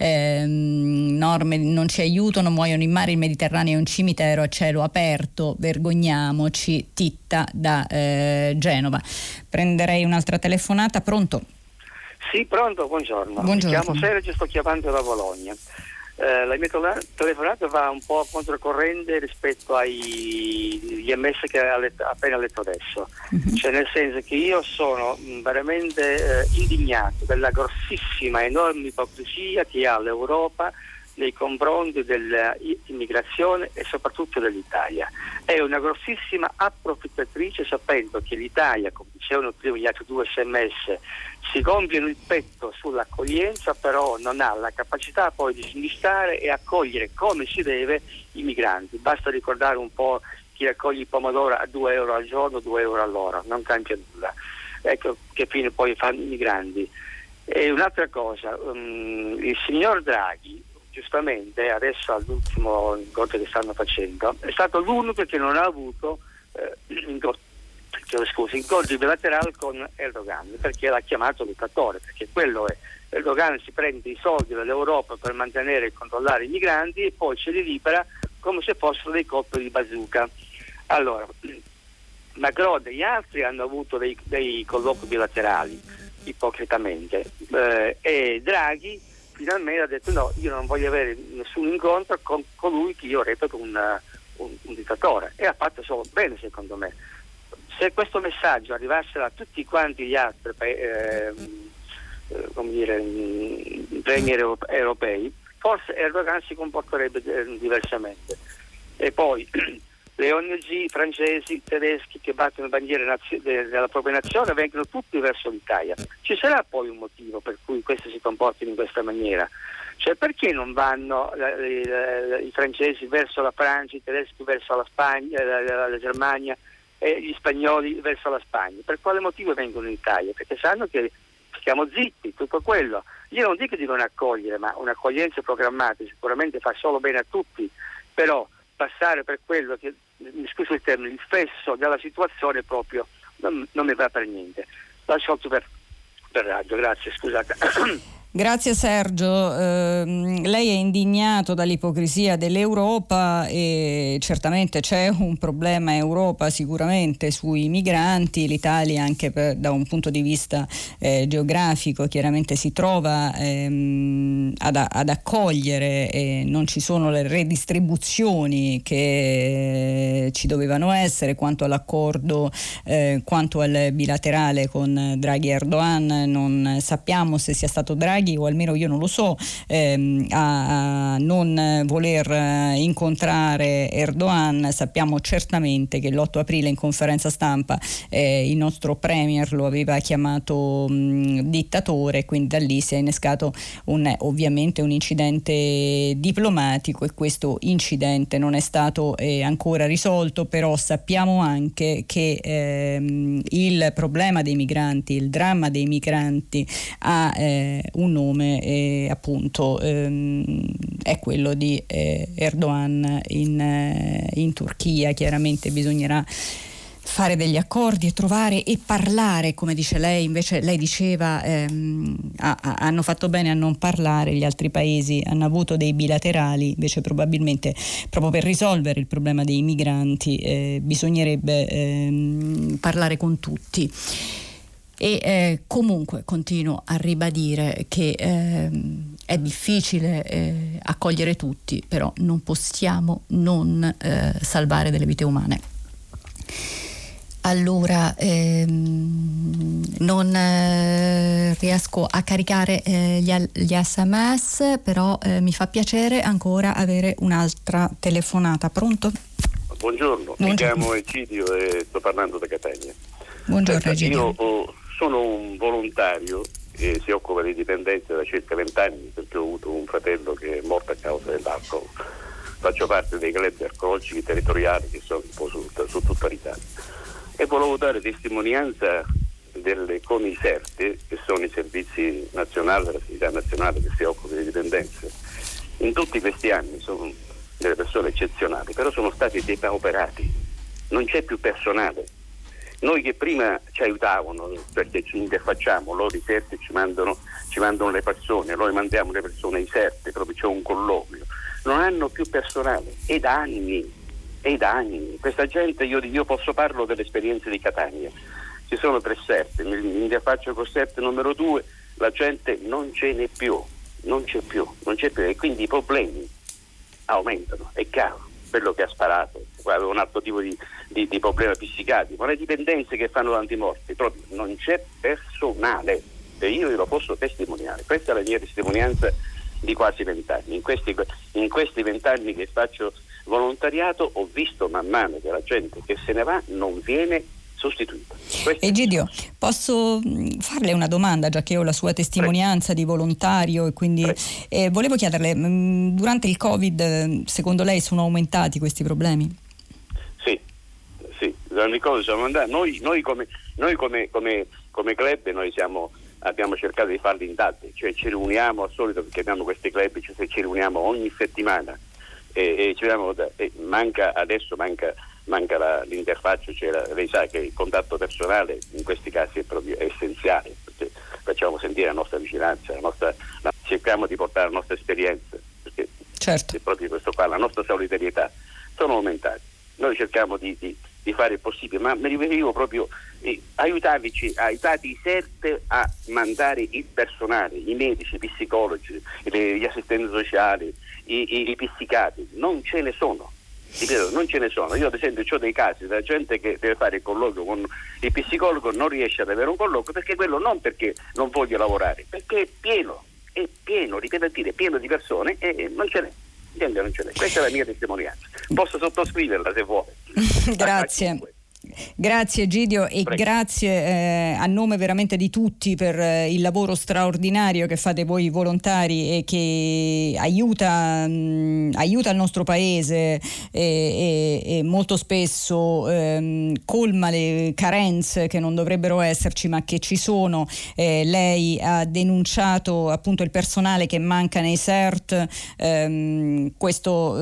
ehm, norme non ci aiutano, muoiono in mare, il Mediterraneo è un cimitero a cielo aperto, vergogniamoci. Titta da eh, Genova. Prenderei un'altra telefonata. Pronto? Sì, pronto, buongiorno. Buongiorno. Mi chiamo Sergio, sto chiamando da Bologna. Eh, la mia telefonata va un po' controcorrente rispetto agli emme esse che ha letto, appena letto adesso. Uh-huh. Cioè, nel senso che io sono veramente eh, indignato della grossissima, enorme ipocrisia che ha l'Europa nei confronti dell'immigrazione e soprattutto dell'Italia. È una grossissima approfittatrice, sapendo che l'Italia, come dicevano prima gli altri due sms, si gonfiano il petto sull'accoglienza, però non ha la capacità poi di smistare e accogliere come si deve i migranti. Basta ricordare un po' chi raccoglie il pomodoro a due euro al giorno, due euro all'ora, non cambia nulla. Ecco che fine poi fanno i migranti. E un'altra cosa, um, il signor Draghi, giustamente adesso all'ultimo incontro che stanno facendo, è stato l'unico che non ha avuto eh, incontro, scusi, incontri bilaterali con Erdogan, perché l'ha chiamato dittatore, perché quello è. Erdogan si prende i soldi dall'Europa per mantenere e controllare i migranti e poi ce li libera come se fossero dei colpi di bazooka. Allora, Macron e gli altri hanno avuto dei, dei colloqui bilaterali ipocritamente, eh, e Draghi finalmente ha detto no, io non voglio avere nessun incontro con colui che io reputo un, un, un dittatore, e ha fatto solo bene secondo me. Se questo messaggio arrivasse a tutti quanti gli altri eh, eh, come dire, premier europei, forse Erdogan si comporterebbe diversamente. E poi le O N G francesi, tedeschi che battono bandiere nazio- della propria nazione vengono tutti verso l'Italia. Ci sarà poi un motivo per cui questi si comportano in questa maniera? Cioè, perché non vanno la, la, la, i francesi verso la Francia, i tedeschi verso la Spagna, la, la, la Germania e gli spagnoli verso la Spagna? Per quale motivo vengono in Italia? Perché sanno che stiamo zitti, tutto quello. Io non dico di non accogliere, ma un'accoglienza programmata sicuramente fa solo bene a tutti, però passare per quello che, mi scuso il termine, il fesso della situazione proprio non, non mi va per niente. Lascio per, per radio, grazie, scusate. Grazie Sergio, eh, lei è indignato dall'ipocrisia dell'Europa e certamente c'è un problema Europa sicuramente sui migranti. L'Italia anche per, da un punto di vista eh, geografico chiaramente si trova ehm, ad, ad accogliere, e non ci sono le redistribuzioni che ci dovevano essere. Quanto all'accordo, eh, quanto al bilaterale con Draghi e Erdogan, non sappiamo se sia stato Draghi, o almeno io non lo so, ehm, a, a non voler incontrare Erdogan. Sappiamo certamente che l'otto aprile in conferenza stampa eh, il nostro premier lo aveva chiamato mh, dittatore, quindi da lì si è innescato un, ovviamente un incidente diplomatico, e questo incidente non è stato eh, ancora risolto. Però sappiamo anche che ehm, il problema dei migranti, il dramma dei migranti ha eh, un nome, e appunto ehm, è quello di eh, Erdogan in, eh, in Turchia. Chiaramente bisognerà fare degli accordi e trovare e parlare, come dice lei. Invece lei diceva ehm, ah, ah, hanno fatto bene a non parlare, gli altri paesi hanno avuto dei bilaterali, invece probabilmente proprio per risolvere il problema dei migranti eh, bisognerebbe ehm, parlare con tutti. E eh, comunque continuo a ribadire che eh, è difficile eh, accogliere tutti, però non possiamo non eh, salvare delle vite umane. Allora ehm, non eh, riesco a caricare eh, gli, gli sms, però eh, mi fa piacere ancora avere un'altra telefonata. Pronto? Buongiorno, Buongiorno. Mi chiamo Egidio e sto parlando da Catania. Buongiorno Egidio. Io ho, sono un volontario che si occupa di dipendenze da circa vent'anni, perché ho avuto un fratello che è morto a causa dell'alcol. Faccio parte dei club alcolici territoriali che sono un po' su, su tutta l'Italia, e volevo dare testimonianza delle CONISERTE, che sono i servizi nazionali della sanità nazionale che si occupano di dipendenze. In tutti questi anni sono delle persone eccezionali, però sono stati depauperati, non c'è più personale. Noi che prima ci aiutavano perché ci interfacciamo, loro i Serte ci mandano, ci mandano le persone, noi mandiamo le persone ai Serte, proprio c'è un colloquio, non hanno più personale, e da anni, e da anni. Questa gente, io, io posso parlo dell'esperienza di Catania, ci sono tre Serte, mi interfaccio con Serte numero due, la gente non ce n'è più, non c'è più, non c'è più, e quindi i problemi aumentano, è chiaro. Quello che ha sparato aveva un altro tipo di, di, di problema psichiatrico, ma le dipendenze che fanno tanti morti, proprio non c'è personale, e io ve lo posso testimoniare. Questa è la mia testimonianza di quasi vent'anni. In questi in questi vent'anni che faccio volontariato ho visto man mano che la gente che se ne va non viene sostituita. Questo Egidio, posso farle una domanda, già che ho la sua testimonianza Prego. di volontario, e quindi eh, volevo chiederle, mh, durante il Covid secondo lei sono aumentati questi problemi? Sì, sì, durante il Covid siamo andati, noi, noi come noi come, come, come club noi siamo, abbiamo cercato di farli in date, cioè ci riuniamo al solito, perché abbiamo questi club, cioè ci riuniamo ogni settimana e, e ci vediamo, e manca adesso manca manca la, l'interfaccia, cioè la, lei sa che il contatto personale in questi casi è proprio essenziale, perché facciamo sentire la nostra vicinanza, la nostra, la, cerchiamo di portare la nostra esperienza, perché certo. è proprio questo qua, la nostra solidarietà, sono aumentati. Noi cerchiamo di, di, di fare il possibile, ma mi riferivo proprio eh, aiutarci, aiutati i Serte a mandare il personale, i medici, i psicologi, le, gli assistenti sociali, i, i, i psichiatri, non ce ne sono. Ripeto, non ce ne sono. Io ad esempio ho dei casi della gente che deve fare il colloquio con il psicologo, non riesce ad avere un colloquio, perché quello non perché non voglia lavorare, perché è pieno, è pieno, ripeto a dire, pieno di persone e non ce n'è. Non ce n'è. Questa è la mia testimonianza. Posso sottoscriverla se vuole. Grazie. Grazie Egidio, e Prego. grazie eh, a nome veramente di tutti per eh, il lavoro straordinario che fate voi volontari e che aiuta, mh, aiuta il nostro paese e, e, e molto spesso ehm, colma le carenze che non dovrebbero esserci ma che ci sono. Eh, lei ha denunciato appunto il personale che manca nei S E R T, ehm, questo,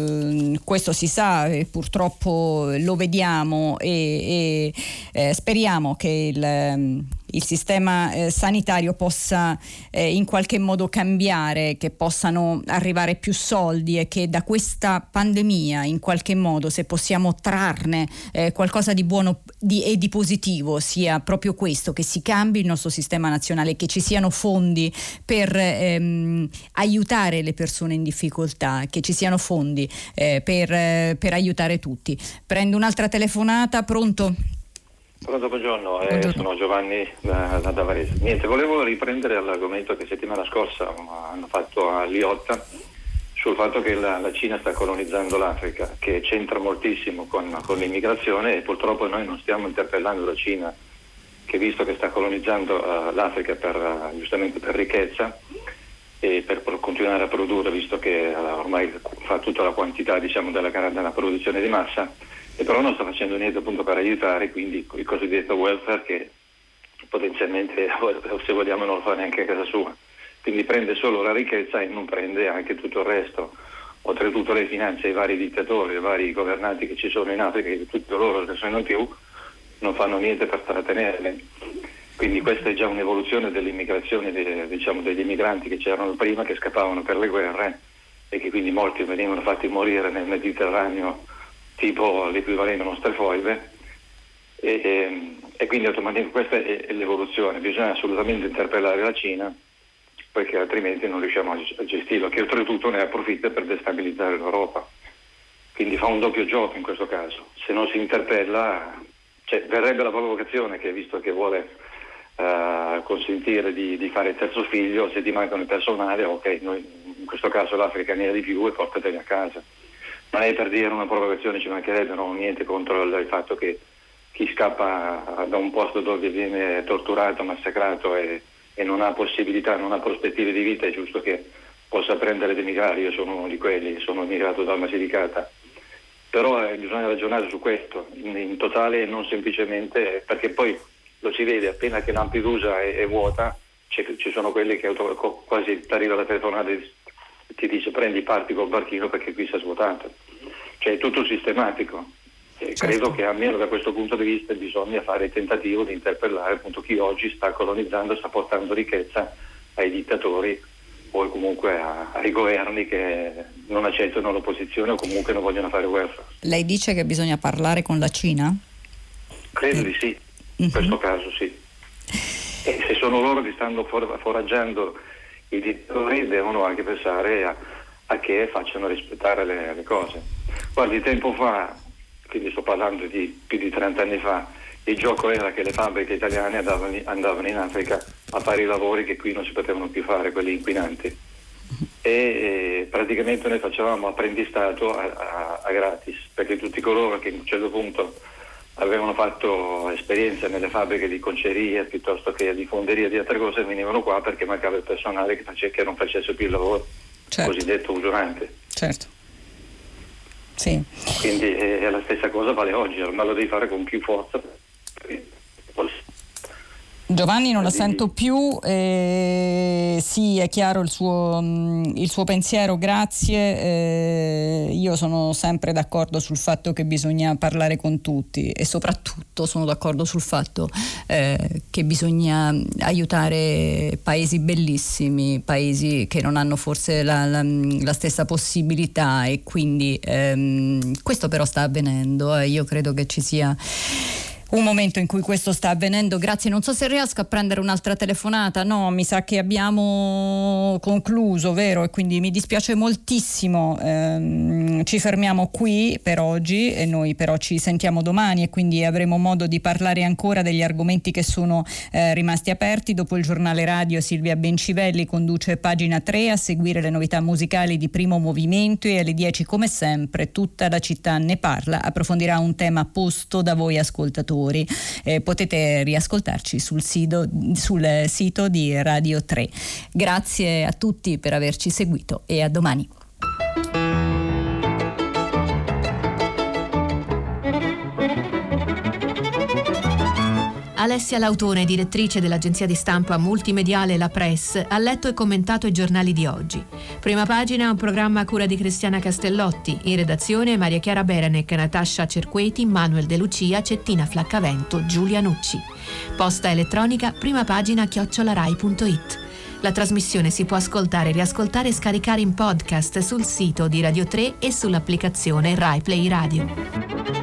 eh, questo si sa e purtroppo lo vediamo, e, e eh, speriamo che il, il sistema eh, sanitario possa eh, in qualche modo cambiare, che possano arrivare più soldi e che da questa pandemia in qualche modo, se possiamo trarne eh, qualcosa di buono di, e di positivo, sia proprio questo, che si cambi il nostro sistema nazionale, che ci siano fondi per ehm, aiutare le persone in difficoltà, che ci siano fondi eh, per, eh, per aiutare tutti. Prendo un'altra telefonata. Pronto? Pronto, buongiorno, eh, buongiorno. sono Giovanni da, da Varese. Niente, volevo riprendere l'argomento che settimana scorsa hanno fatto a Liotta sul fatto che la, la Cina sta colonizzando l'Africa, che c'entra moltissimo con, con l'immigrazione, e purtroppo noi non stiamo interpellando la Cina, che visto che sta colonizzando uh, l'Africa per, uh, giustamente per ricchezza e per, per continuare a produrre, visto che uh, ormai fa tutta la quantità, diciamo, della, della produzione di massa, e però non sta facendo niente appunto per aiutare, quindi il cosiddetto welfare, che potenzialmente, se vogliamo, non lo fa neanche a casa sua. Quindi prende solo la ricchezza e non prende anche tutto il resto. Oltretutto le finanze ai vari dittatori, ai vari governanti che ci sono in Africa, che tutti loro che sono in più, non fanno niente per trattenerle. Quindi questa è già un'evoluzione dell'immigrazione, de, diciamo, degli immigranti che c'erano prima, che scappavano per le guerre e che quindi molti venivano fatti morire nel Mediterraneo, tipo l'equivalente alle nostre foibe, e, e, e quindi automaticamente questa è, è l'evoluzione. Bisogna assolutamente interpellare la Cina, perché altrimenti non riusciamo a gestirlo, che oltretutto ne approfitta per destabilizzare l'Europa. Quindi fa un doppio gioco in questo caso. Se non si interpella, cioè, verrebbe la provocazione, che visto che vuole uh, consentire di, di fare il terzo figlio, se ti mancano il personale, ok, noi in questo caso l'Africa ne ha di più e portateli a casa. Non è per dire una provocazione, ci mancherebbe, non ho niente contro il, il fatto che chi scappa da un posto dove viene torturato, massacrato e, e non ha possibilità, non ha prospettive di vita, è giusto che possa prendere ed emigrare. Io sono uno di quelli, sono emigrato da Basilicata, però eh, bisogna ragionare su questo in, in totale, non semplicemente, perché poi lo si vede appena che Lampedusa è, è vuota, ci sono quelli che auto, quasi ti arriva la telefonata e ti dice prendi, parti col barchino perché qui si è svuotato. Cioè è tutto sistematico. E certo. Credo che almeno da questo punto di vista bisogna fare il tentativo di interpellare appunto chi oggi sta colonizzando, sta portando ricchezza ai dittatori o comunque a, ai governi che non accettano l'opposizione o comunque non vogliono fare welfare. Lei dice che bisogna parlare con la Cina? Credo di sì, in questo caso sì. E se sono loro che stanno for- foraggiando i dittatori, devono anche pensare a, a che facciano rispettare le, le cose. Guardi, tempo fa, quindi sto parlando di più di trenta anni fa, il gioco era che le fabbriche italiane andavano, andavano in Africa a fare i lavori che qui non si potevano più fare, quelli inquinanti. E, e praticamente noi facevamo apprendistato a, a, a gratis, perché tutti coloro che a un certo punto avevano fatto esperienza nelle fabbriche di conceria piuttosto che di fonderia e di altre cose venivano qua perché mancava il personale che, face, che non facesse più il lavoro, certo. Cosiddetto usurante. Certo. Sì. Quindi eh, la stessa cosa vale oggi, ma lo devi fare con più forza. Giovanni, non la sento più, eh, sì, è chiaro il suo, il suo pensiero, grazie. Eh, io sono sempre d'accordo sul fatto che bisogna parlare con tutti e soprattutto sono d'accordo sul fatto eh, che bisogna aiutare paesi bellissimi, paesi che non hanno forse la, la, la stessa possibilità, e quindi ehm, questo però sta avvenendo, eh, io credo che ci sia un momento in cui questo sta avvenendo. Grazie, non so se riesco a prendere un'altra telefonata. No, mi sa che abbiamo concluso, vero? E quindi mi dispiace moltissimo. Ehm, ci fermiamo qui per oggi e noi però ci sentiamo domani e quindi avremo modo di parlare ancora degli argomenti che sono eh, rimasti aperti. Dopo il giornale radio Silvia Bencivelli conduce Pagina tre, a seguire le novità musicali di Primo Movimento, e alle dieci come sempre Tutta la città ne parla approfondirà un tema posto da voi ascoltatori. Eh, potete riascoltarci sul sito, sul sito di Radio tre. Grazie a tutti per averci seguito e a domani. Alessia Lautone, direttrice dell'agenzia di stampa multimediale La Press, ha letto e commentato i giornali di oggi. Prima Pagina è un programma a cura di Cristiana Castellotti, in redazione Maria Chiara Beranec, Natascia Cerqueti, Manuel De Lucia, Cettina Flaccavento, Giulia Nucci. Posta elettronica primapagina chiocciola rai punto it. La trasmissione si può ascoltare, riascoltare e scaricare in podcast sul sito di Radio tre e sull'applicazione Rai Play Radio.